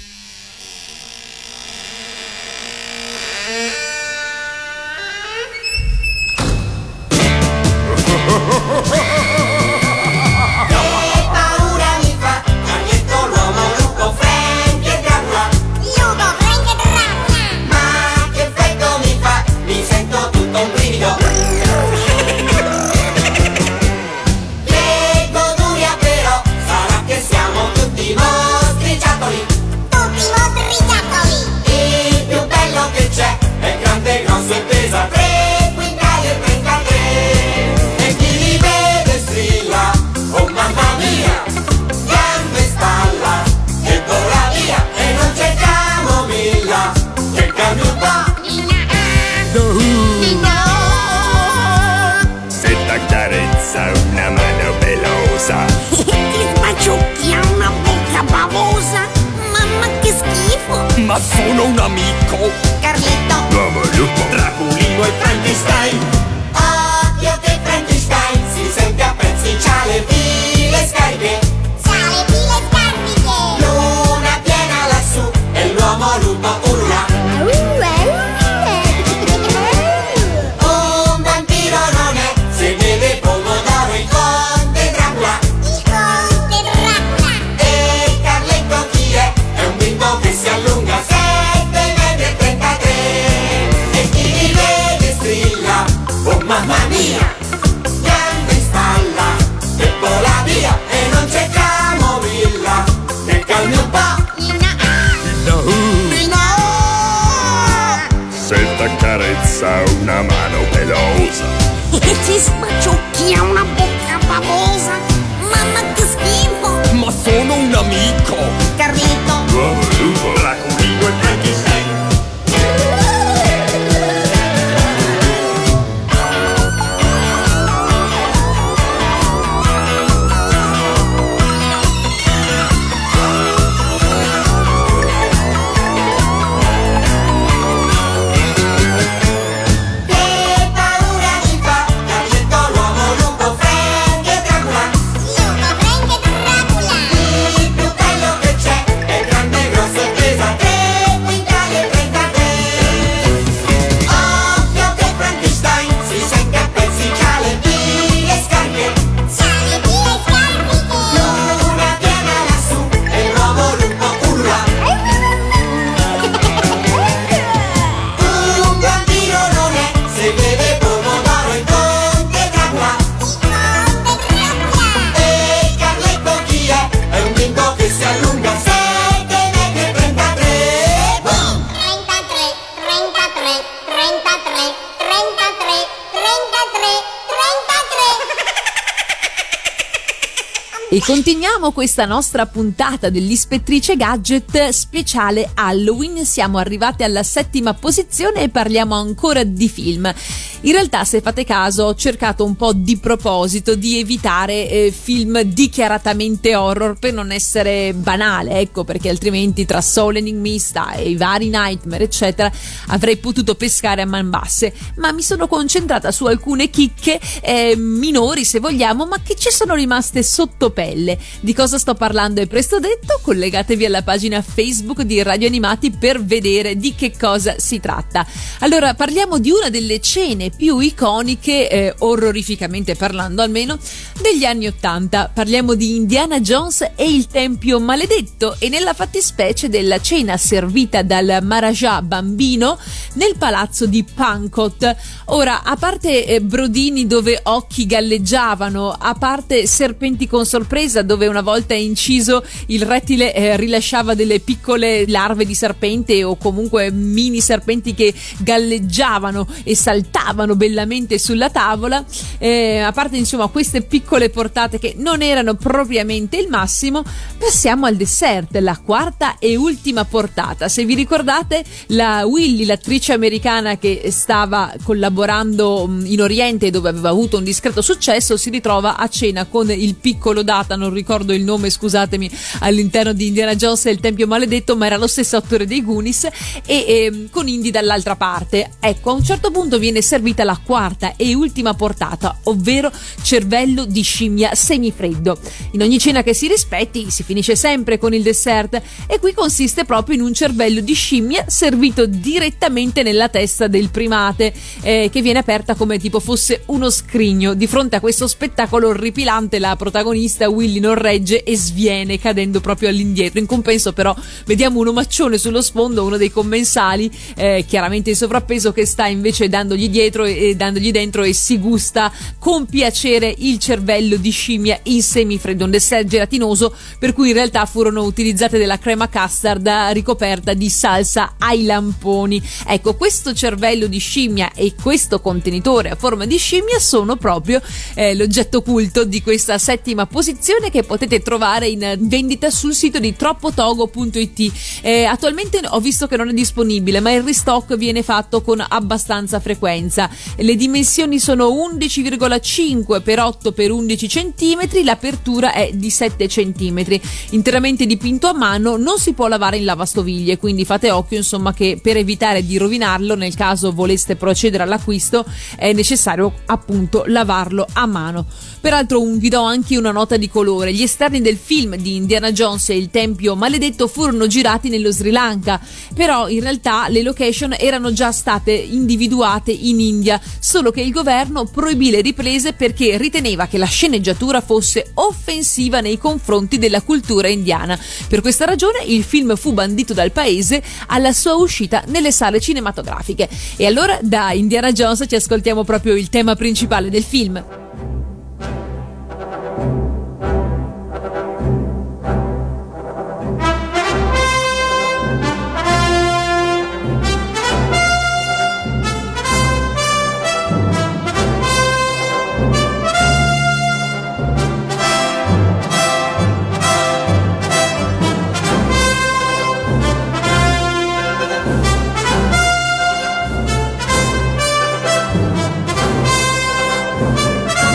Ma sono un amico. Carletto, L'uomo lupo, Draculino e Frankenstein. occhio che Frankenstein si sente a pezzi, c'ha le file scariche, c'ha le file scariche. Luna piena lassù e l'uomo lupo urla. Un vampiro non è, se vede pomodoro il conte Dracula. Il conte Dracula. E Carletto chi è? È un bimbo che si allunga sette metri e trentatré. E chi li vede strilla, oh mamma mia, gambe in spalla e vola via e non c'è camomilla che calmi un po'. Se t'accarezza una mano pelosa, Ti sbaciucchia una bocca bavosa, mamma che schifo. ma sono un amico. Carletto, L'uomo lupo, Draculino e Frankenstein. che paura mi fa, Carletto l'uomo lupo, Frank e Dracula. Lupo, Frank e Dracula. Il più bello che c'è è grande, grosso e pesa tre quintali e trentatré. Occhio che Frankenstein si sente a pezzi, c'ha le pile scariche, c'ha le pile scariche. Luna piena lassù e l'uomo lupo urla. Un vampiro non è, se vede pomodoro il conte Dracula. Il conte Dracula. E Carletto chi è? È un bimbo che si allunga sette metri e trentatré. Boom! trentatré, trentatré, trentatré, trentatré, trentatré, trentatré. E continuiamo questa nostra puntata dell'Ispettrice Gadget speciale Halloween. Siamo arrivati alla settima posizione e parliamo ancora di film. In realtà, se fate caso, ho cercato un po' di proposito di evitare eh, film dichiaratamente horror per non essere banale, ecco, perché altrimenti tra Soul Enigmista e i vari Nightmare eccetera avrei potuto pescare a man basse, ma mi sono concentrata su alcune chicche eh, minori, se vogliamo, ma che ci sono rimaste sotto pelle. Di cosa sto parlando è presto detto, collegatevi alla pagina Facebook di Radio Animati per vedere di che cosa si tratta. Allora, parliamo di una delle scene scene più iconiche, eh, orrorificamente parlando almeno, degli anni ottanta. Parliamo di Indiana Jones e il Tempio Maledetto, e nella fattispecie della cena servita dal Maharaja bambino nel palazzo di Pankot. Ora, a parte eh, brodini dove occhi galleggiavano, a parte serpenti con sorpresa dove una volta inciso il rettile eh, rilasciava delle piccole larve di serpente o comunque mini serpenti che galleggiavano e saltavano bellamente sulla tavola, eh, a parte insomma queste piccole portate che non erano propriamente il massimo, passiamo al dessert, la quarta e ultima portata. Se vi ricordate, la Willy, l'attrice americana che stava collaborando in Oriente, dove aveva avuto un discreto successo, si ritrova a cena con il piccolo Data, non ricordo il nome, scusatemi, all'interno di Indiana Jones e il Tempio Maledetto, ma era lo stesso attore dei Goonies, e, e con Indy dall'altra parte. Ecco, a un certo punto viene servita la quarta e ultima portata, ovvero cervello di scimmia semifreddo. In ogni cena che si rispetti si finisce sempre con il dessert, e qui consiste proprio in un cervello di scimmia servito direttamente nella testa del primate, eh, che viene aperta come tipo fosse uno scrigno. Di fronte a questo spettacolo orripilante la protagonista Willy non regge e sviene cadendo proprio all'indietro. In compenso però vediamo un omaccione sullo sfondo, uno dei commensali, eh, chiaramente in sovrappeso, che sta invece dandogli dietro e, e dandogli dentro e si gusta con piacere il cervello di scimmia in semifreddo, un dessert gelatinoso per cui in realtà furono utilizzate della crema custard ricoperta di salsa ai lamponi. Ecco, questo cervello di scimmia e questo contenitore a forma di scimmia sono proprio eh, l'oggetto culto di questa settima posizione, che potete trovare in vendita sul sito di troppotogo punto it. Eh, attualmente ho visto che non è disponibile, ma il restock viene fatto con abbastanza frequenza. Le dimensioni sono undici virgola cinque per otto per undici centimetri, l'apertura è di sette centimetri, interamente dipinto a mano, non si può lavare in lavastoviglie, quindi fate occhio insomma che per evitare di rovinarlo, nel caso voleste procedere all'acquisto, è necessario appunto lavarlo a mano. Peraltro un, vi do anche una nota di colore: gli esterni del film di Indiana Jones e il Tempio Maledetto furono girati nello Sri Lanka, però in realtà le location erano già state individuate in India, solo che il governo proibì le riprese perché riteneva che la sceneggiatura fosse offensiva nei confronti della cultura indiana. Per questa ragione il film fu bandito dal paese alla sua uscita nelle sale cinematografiche. E allora da Indiana Jones ci ascoltiamo proprio il tema principale del film. Thank you.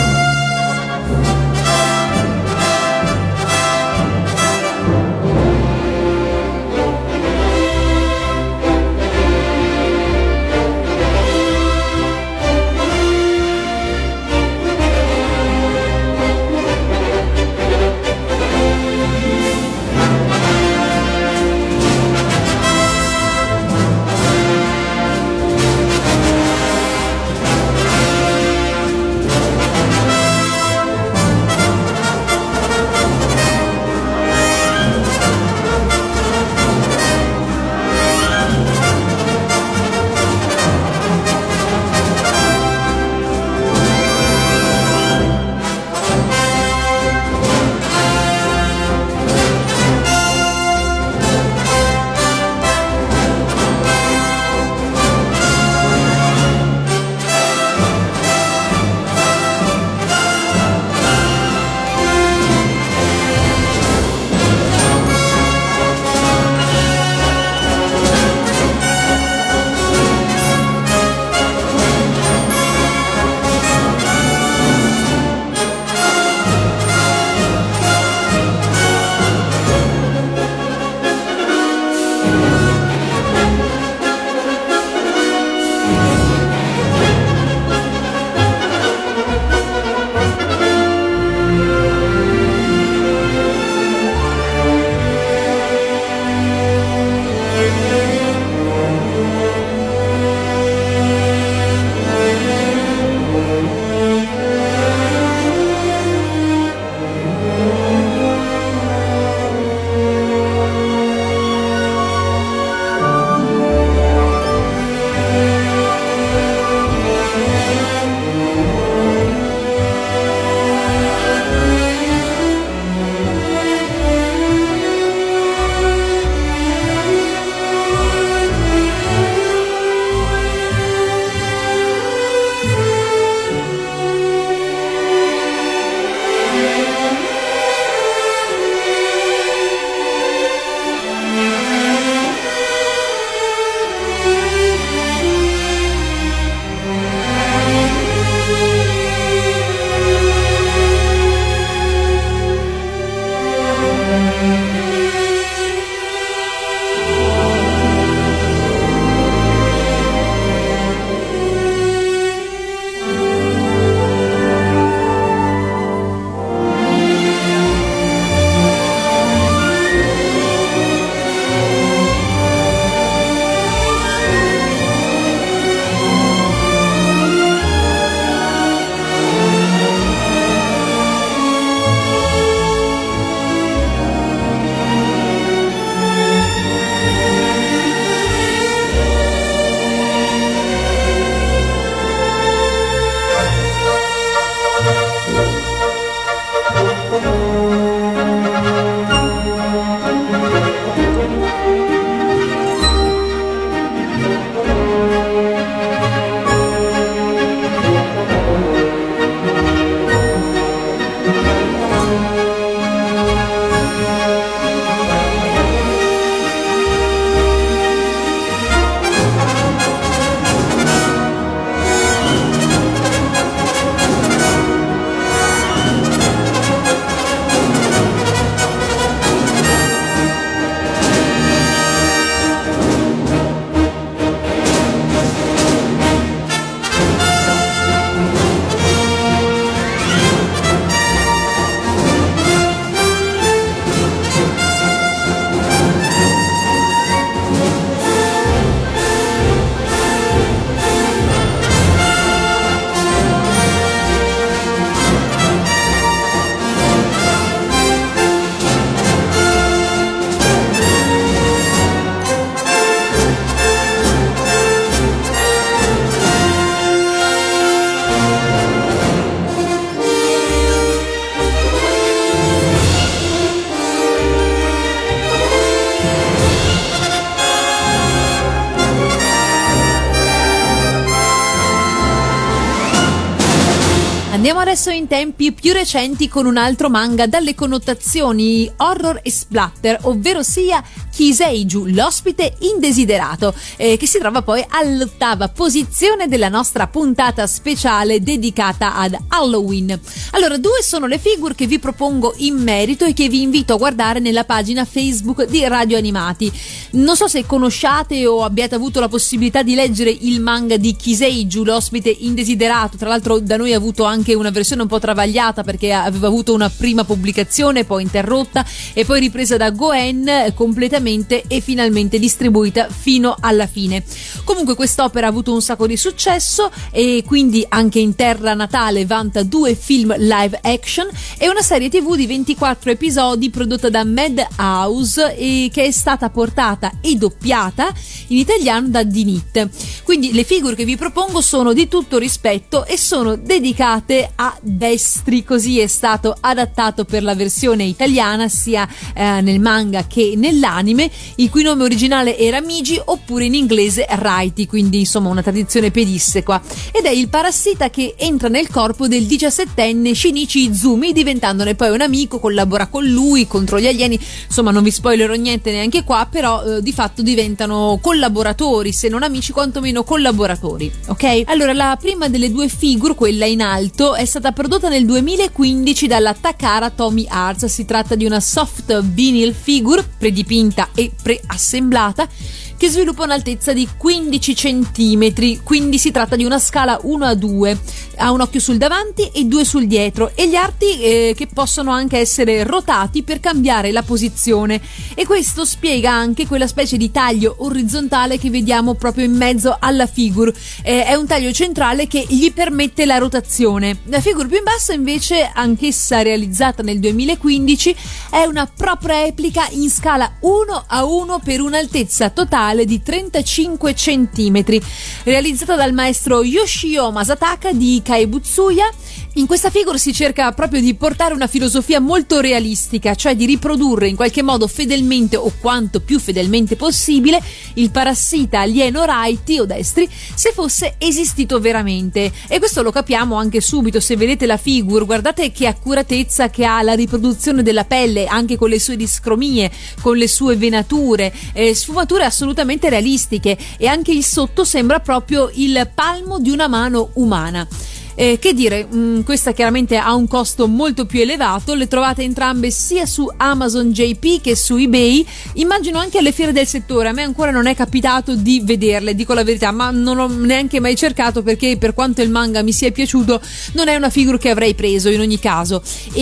Andiamo adesso in tempi più recenti con un altro manga dalle connotazioni horror e splatter, ovvero sia Kiseiju, l'ospite indesiderato, eh, che si trova poi all'ottava posizione della nostra puntata speciale dedicata ad Halloween. Allora, due sono le figure che vi propongo in merito e che vi invito a guardare nella pagina Facebook di Radio Animati. Non so se conosciate o abbiate avuto la possibilità di leggere il manga di Kiseiju, l'ospite indesiderato. Tra l'altro da noi ha avuto anche una versione un po' travagliata, perché aveva avuto una prima pubblicazione, poi interrotta e poi ripresa da Goen completamente e finalmente distribuita fino alla fine. Comunque quest'opera ha avuto un sacco di successo e quindi anche in terra natale vanta due film live action e una serie tv di ventiquattro episodi prodotta da Madhouse e che è stata portata e doppiata in italiano da Dinit. Quindi le figure che vi propongo sono di tutto rispetto e sono dedicate a Destri, così è stato adattato per la versione italiana sia eh, nel manga che nell'anime, il cui nome originale era Migi, oppure in inglese Righty, quindi insomma una tradizione pedissequa, ed è il parassita che entra nel corpo del diciassettenne Shinichi Izumi, diventandone poi un amico, collabora con lui contro gli alieni. Insomma, non vi spoilerò niente neanche qua, però eh, di fatto diventano collaboratori, se non amici quantomeno collaboratori, ok? Allora, la prima delle due figure, quella in alto, è stata prodotta nel duemilaquindici dalla Takara Tomy Arts. Si tratta di una soft vinyl figure predipinta e preassemblata che sviluppa un'altezza di quindici centimetri, quindi si tratta di una scala uno a due, ha un occhio sul davanti e due sul dietro e gli arti eh, che possono anche essere rotati per cambiare la posizione, e questo spiega anche quella specie di taglio orizzontale che vediamo proprio in mezzo alla figure. Eh, è un taglio centrale che gli permette la rotazione. La figure più in basso invece, anch'essa realizzata nel duemilaquindici, è una propria replica in scala uno a uno per un'altezza totale di trentacinque centimetri, realizzata dal maestro Yoshio Masataka di Kaibutsuya. In questa figura si cerca proprio di portare una filosofia molto realistica, cioè di riprodurre in qualche modo fedelmente o quanto più fedelmente possibile il parassita alieno Righty o Destri se fosse esistito veramente. E questo lo capiamo anche subito se vedete la figura. Guardate che accuratezza che ha la riproduzione della pelle, anche con le sue discromie, con le sue venature, eh, sfumature assolutamente realistiche, e anche il sotto sembra proprio il palmo di una mano umana. Eh, che dire, mh, questa chiaramente ha un costo molto più elevato. Le trovate entrambe sia su Amazon J P che su eBay, immagino anche alle fiere del settore. A me ancora non è capitato di vederle, dico la verità, ma non ho neanche mai cercato, perché per quanto il manga mi sia piaciuto non è una figura che avrei preso in ogni caso.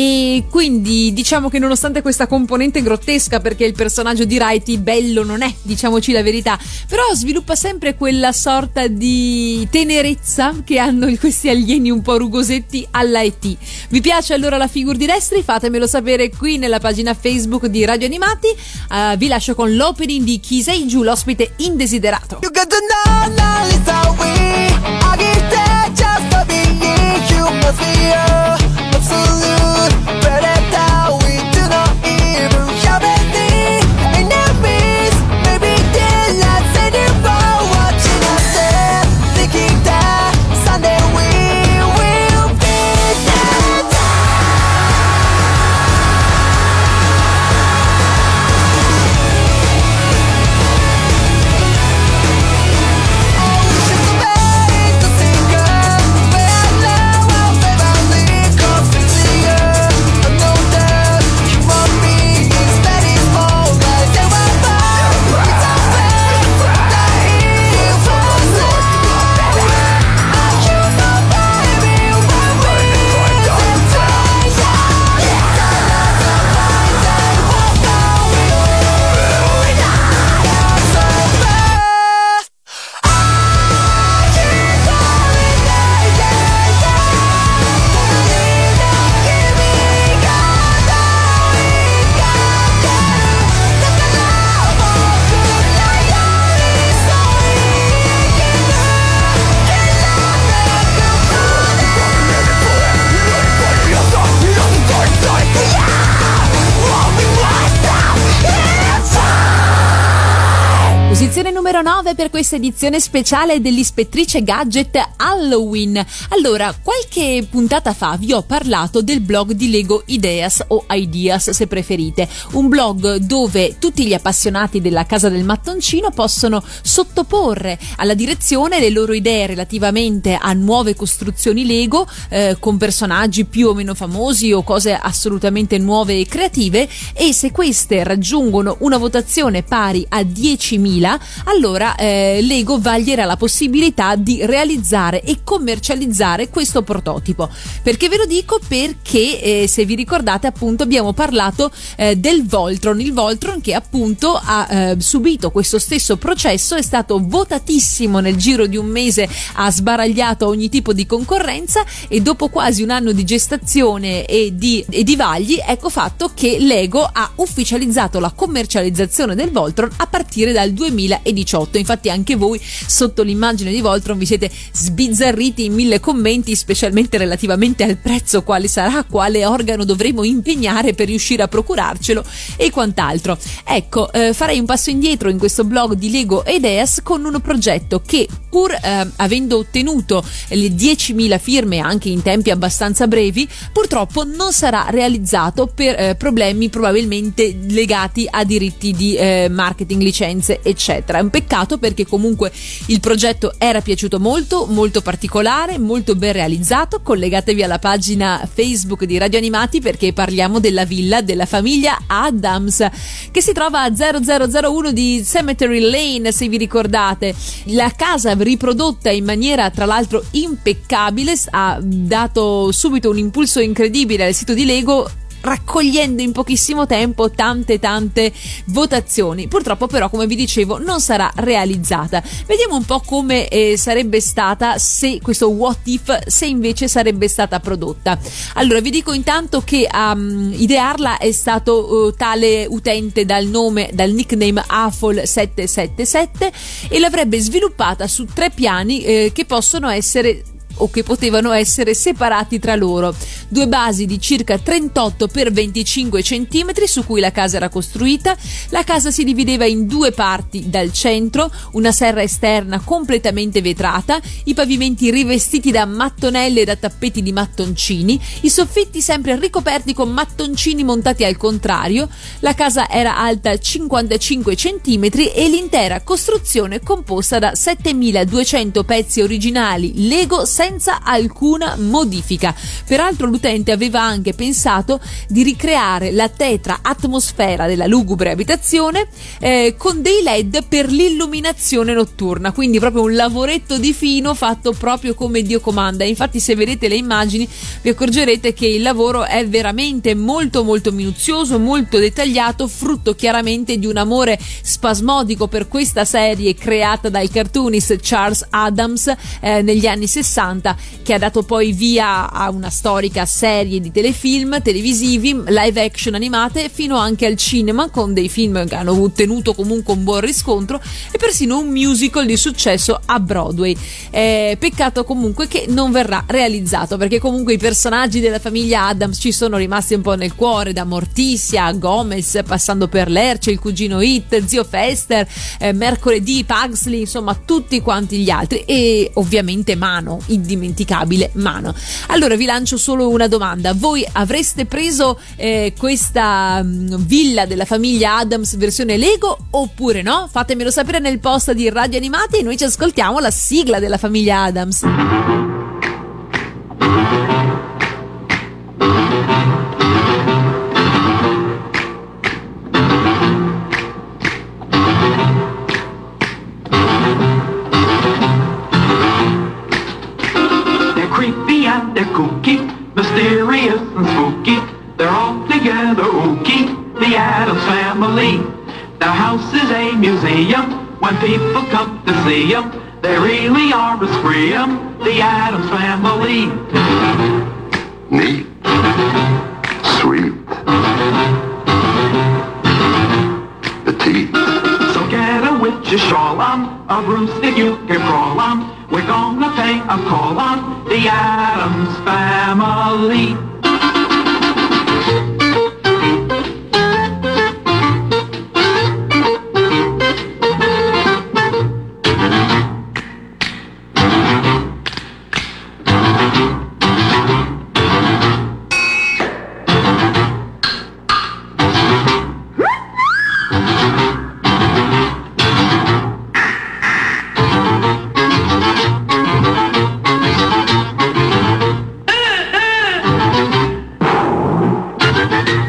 E quindi diciamo che nonostante questa componente grottesca, perché il personaggio di Righty bello non è, diciamoci la verità, però sviluppa sempre quella sorta di tenerezza che hanno questi alieni un po' rugosetti alla E T. Vi piace allora la figure di Destri? Fatemelo sapere qui nella pagina Facebook di Radio Animati. Uh, vi lascio con l'opening di Kiseiju, l'ospite indesiderato. You got to know that it's how we I get that just to be you must be a absolute predator. We do not even have any enemies. Maybe they're not anymore watching us there, thinking that someday we Baby Posizione numero nove per questa edizione speciale dell'Ispettrice Gadget Halloween. Allora, qualche puntata fa vi ho parlato del blog di Lego Ideas o Ideas se preferite, un blog dove tutti gli appassionati della casa del mattoncino possono sottoporre alla direzione le loro idee relativamente a nuove costruzioni Lego eh, con personaggi più o meno famosi o cose assolutamente nuove e creative, e se queste raggiungono una votazione pari a diecimila, allora eh, Lego vaglierà la possibilità di realizzare e commercializzare questo prototipo. Perché ve lo dico? Perché eh, se vi ricordate, appunto, abbiamo parlato eh, del Voltron, il Voltron che appunto ha eh, subito questo stesso processo, è stato votatissimo nel giro di un mese, ha sbaragliato ogni tipo di concorrenza e dopo quasi un anno di gestazione e di, e di vagli, ecco fatto che Lego ha ufficializzato la commercializzazione del Voltron a partire dal duemiladiciotto. Infatti anche voi sotto l'immagine di Voltron vi siete sbizzarriti in mille commenti, specialmente relativamente al prezzo, quale sarà, quale organo dovremo impegnare per riuscire a procurarcelo e quant'altro. Ecco, eh, farei un passo indietro in questo blog di Lego Ideas con un progetto che, pur eh, avendo ottenuto le diecimila firme anche in tempi abbastanza brevi, purtroppo non sarà realizzato per eh, problemi probabilmente legati a diritti di eh, marketing, licenze eccetera. È un peccato perché comunque il progetto era piaciuto molto, molto particolare, molto ben realizzato. Collegatevi alla pagina Facebook di Radio Animati perché parliamo della villa della famiglia Addams che si trova a zero zero zero uno di Cemetery Lane, se vi ricordate. La casa riprodotta in maniera tra l'altro impeccabile ha dato subito un impulso incredibile al sito di Lego, raccogliendo in pochissimo tempo tante tante votazioni. Purtroppo però, come vi dicevo, non sarà realizzata. Vediamo un po' come eh, sarebbe stata se questo what if, se invece sarebbe stata prodotta. Allora vi dico intanto che a um, idearla è stato uh, tale utente dal nome, dal nickname Afol sette sette sette, e l'avrebbe sviluppata su tre piani eh, che possono essere o che potevano essere separati tra loro. Due basi di circa trentotto per venticinque centimetri su cui la casa era costruita. La casa si divideva in due parti dal centro, una serra esterna completamente vetrata, i pavimenti rivestiti da mattonelle e da tappeti di mattoncini, i soffitti sempre ricoperti con mattoncini montati al contrario. La casa era alta cinquantacinque centimetri e l'intera costruzione composta da settemiladuecento pezzi originali Lego senza alcuna modifica. Peraltro l'utente aveva anche pensato di ricreare la tetra atmosfera della lugubre abitazione eh, con dei led per l'illuminazione notturna, quindi proprio un lavoretto di fino fatto proprio come Dio comanda. Infatti se vedete le immagini vi accorgerete che il lavoro è veramente molto molto minuzioso, molto dettagliato, frutto chiaramente di un amore spasmodico per questa serie creata dal cartoonist Charles Addams eh, negli anni sessanta, che ha dato poi via a una storica serie di telefilm televisivi, live action animate, fino anche al cinema con dei film che hanno ottenuto comunque un buon riscontro e persino un musical di successo a Broadway. Eh, peccato comunque che non verrà realizzato, perché comunque i personaggi della famiglia Addams ci sono rimasti un po' nel cuore, da Morticia a Gomez, passando per Lerce, il cugino Hit, zio Fester, eh, mercoledì, Pugsley, insomma tutti quanti gli altri, e ovviamente Mano, indimenticabile Mano. Allora vi lancio solo una domanda: voi avreste preso eh, questa mh, villa della famiglia Addams versione Lego oppure no? Fatemelo sapere nel post di Radio Animati e noi ci ascoltiamo la sigla della famiglia Addams. They're kooky, mysterious and spooky. They're all together ooky, the Addams Family. Their house is a museum. When people come to see them, they really are a scream, the Addams Family. Neat. Sweet. Petite. So get a witch's shawl on, a broomstick you can crawl on. We're gonna pay a call on the Addams Family.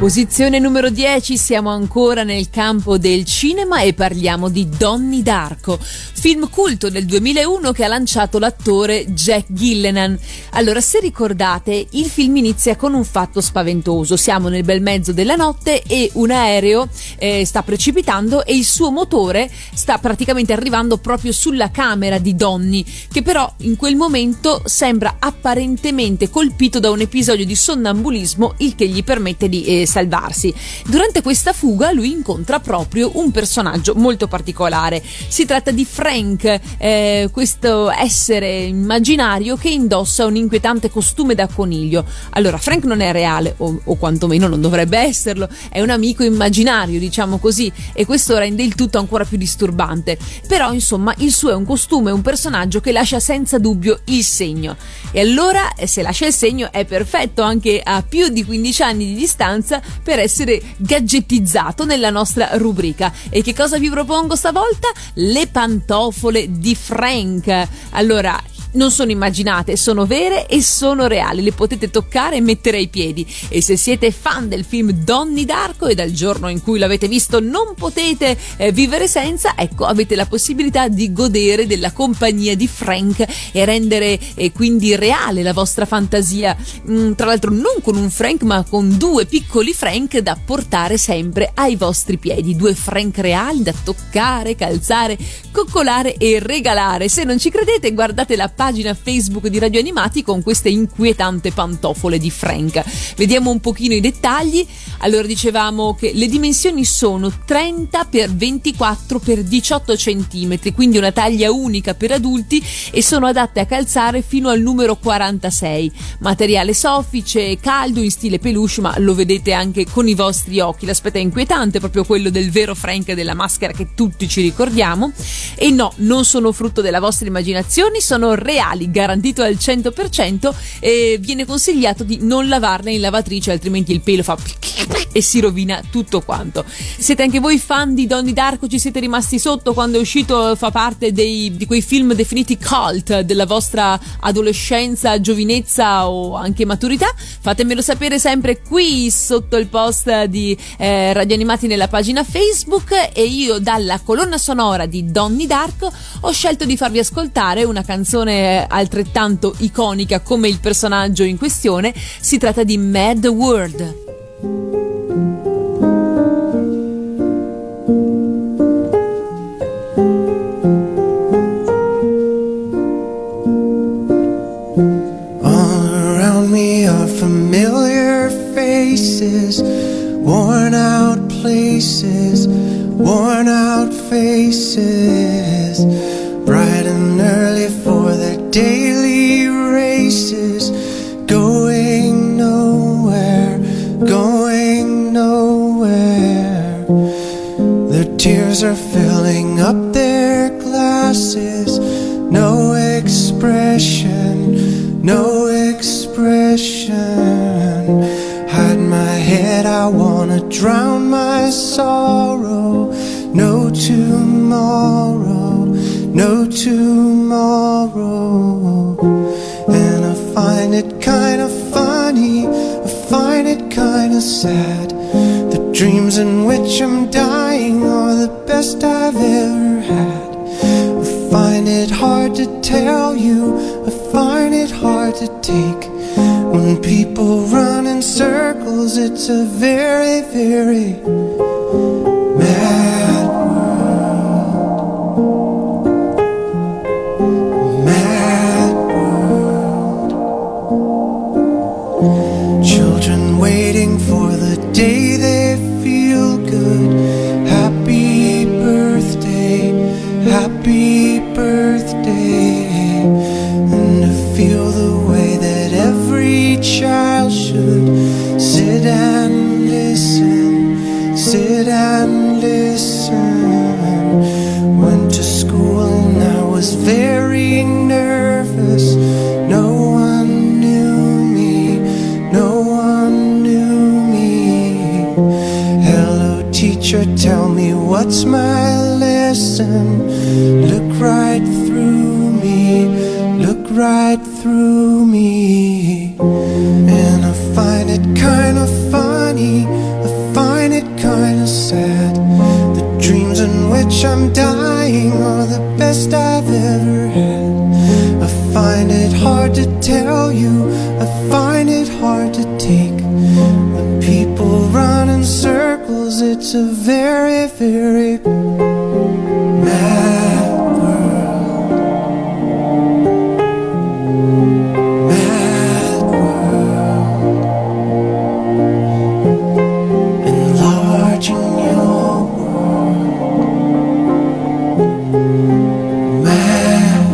Posizione numero dieci, siamo ancora nel campo del cinema e parliamo di Donnie Darko, film culto del duemilauno che ha lanciato l'attore Jack Gyllenhaal. Allora, se ricordate, il film inizia con un fatto spaventoso. Siamo nel bel mezzo della notte e un aereo eh, sta precipitando e il suo motore sta praticamente arrivando proprio sulla camera di Donnie, che però in quel momento sembra apparentemente colpito da un episodio di sonnambulismo, il che gli permette di eh, salvarsi. Durante questa fuga lui incontra proprio un personaggio molto particolare. Si tratta di Frank, eh, questo essere immaginario che indossa un inquietante costume da coniglio. Allora, Frank non è reale, o, o quantomeno non dovrebbe esserlo, è un amico immaginario, diciamo così, e questo rende il tutto ancora più disturbante. Però, insomma, il suo è un costume, un personaggio che lascia senza dubbio il segno. E allora, se lascia il segno, è perfetto anche a più di quindici anni di distanza per essere gadgettizzato nella nostra rubrica. E che cosa vi propongo stavolta? Le pantofole di Frank. Allora, non sono immaginate, sono vere e sono reali, le potete toccare e mettere ai piedi. E se siete fan del film Donnie Darko e dal giorno in cui l'avete visto non potete eh, vivere senza, ecco, avete la possibilità di godere della compagnia di Frank e rendere eh, quindi reale la vostra fantasia. Mm, tra l'altro non con un Frank ma con due piccoli Frank da portare sempre ai vostri piedi, due Frank reali da toccare, calzare, coccolare e regalare. Se non ci credete, guardate la pagina Facebook di Radio Animati con queste inquietanti pantofole di Frank. Vediamo un pochino i dettagli. Allora, dicevamo che le dimensioni sono trenta per ventiquattro per diciotto centimetri, quindi una taglia unica per adulti, e sono adatte a calzare fino al numero quarantasei. Materiale soffice, caldo, in stile peluche, ma lo vedete anche con i vostri occhi. L'aspetto è inquietante, proprio quello del vero Frank della maschera che tutti ci ricordiamo. E no, non sono frutto della vostra immaginazione, sono reali, garantito al cento per cento, e viene consigliato di non lavarle in lavatrice, altrimenti il pelo fa e si rovina tutto quanto. Siete anche voi fan di Donnie Darko? Ci siete rimasti sotto quando è uscito? Fa parte dei, di quei film definiti cult della vostra adolescenza, giovinezza o anche maturità? Fatemelo sapere sempre qui sotto il post di eh, Radio Animati nella pagina Facebook. E io, dalla colonna sonora di Donnie Darko, ho scelto di farvi ascoltare una canzone altrettanto iconica come il personaggio in questione. Si tratta di Mad World. All around me are familiar faces, worn out places, worn out faces, bright and early for their daily races, going nowhere, going nowhere. Their tears are filling up their glasses, no expression, no expression. Hide my head, I wanna drown my sorrow. No tomorrow, no tomorrow. And I find it kinda funny, I find it kinda sad. The dreams in which I'm dying are the best I've ever had. I find it hard to tell you, I find it hard to take. When people run in circles, it's a very, very mad world. Mad world. Children waiting for the day they feel good. Happy birthday, happy birthday. And to feel the way that every child should sit and listen, sit and listen. Went to school and I was very nervous. No one knew me, no one knew me. Hello teacher, tell me what's my lesson. Look right through me, look right through me. And I find it kind of funny, I in which I'm dying are the best I've ever had. I find it hard to tell you, I find it hard to take. The people run in circles, it's a very, very mad world. Mad world. Enlarging your world. Mad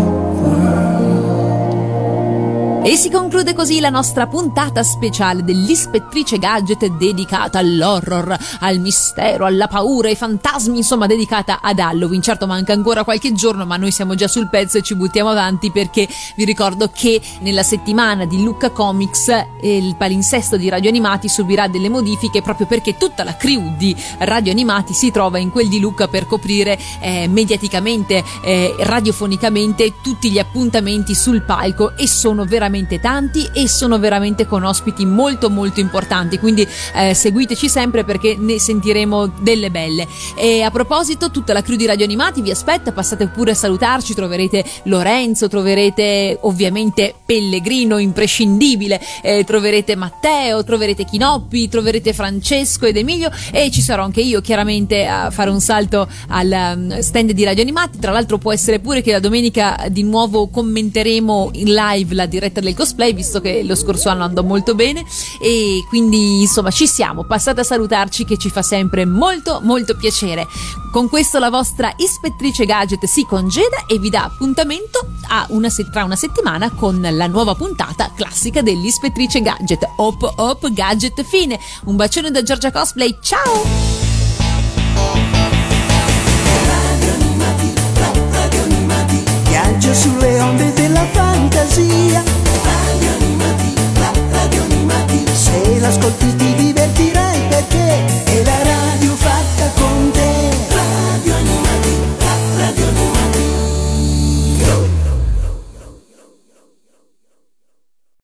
world. E si conclude così la nostra puntata speciale dell'Ispettrice Gadget dedicata all'horror, al mistero, alla paura, ai fantasmi, insomma dedicata ad Halloween. Certo manca ancora qualche giorno, ma noi siamo già sul pezzo e ci buttiamo avanti, perché vi ricordo che nella settimana di Lucca Comics eh, il palinsesto di Radio Animati subirà delle modifiche, proprio perché tutta la crew di Radio Animati si trova in quel di Lucca per coprire eh, mediaticamente, eh, radiofonicamente tutti gli appuntamenti sul palco, e sono veramente tanti e sono veramente con ospiti molto molto importanti, quindi eh, seguiteci sempre perché ne sentiremo delle belle. E a proposito, tutta la crew di Radio Animati vi aspetta, passate pure a salutarci, troverete Lorenzo, troverete ovviamente Pellegrino imprescindibile, eh, troverete Matteo, troverete Chinoppi, troverete Francesco ed Emilio, e ci sarò anche io chiaramente a fare un salto al um, stand di Radio Animati. Tra l'altro può essere pure che la domenica di nuovo commenteremo in live la diretta del cosplay, visto che lo scorso anno andò molto bene, e quindi insomma ci siamo, passate a salutarci che ci fa sempre molto molto piacere. Con questo la vostra Ispettrice Gadget si congeda e vi dà appuntamento a una se- tra una settimana con la nuova puntata classica dell'Ispettrice Gadget. Hop hop gadget fine. Un bacione da Giorgia Cosplay, ciao!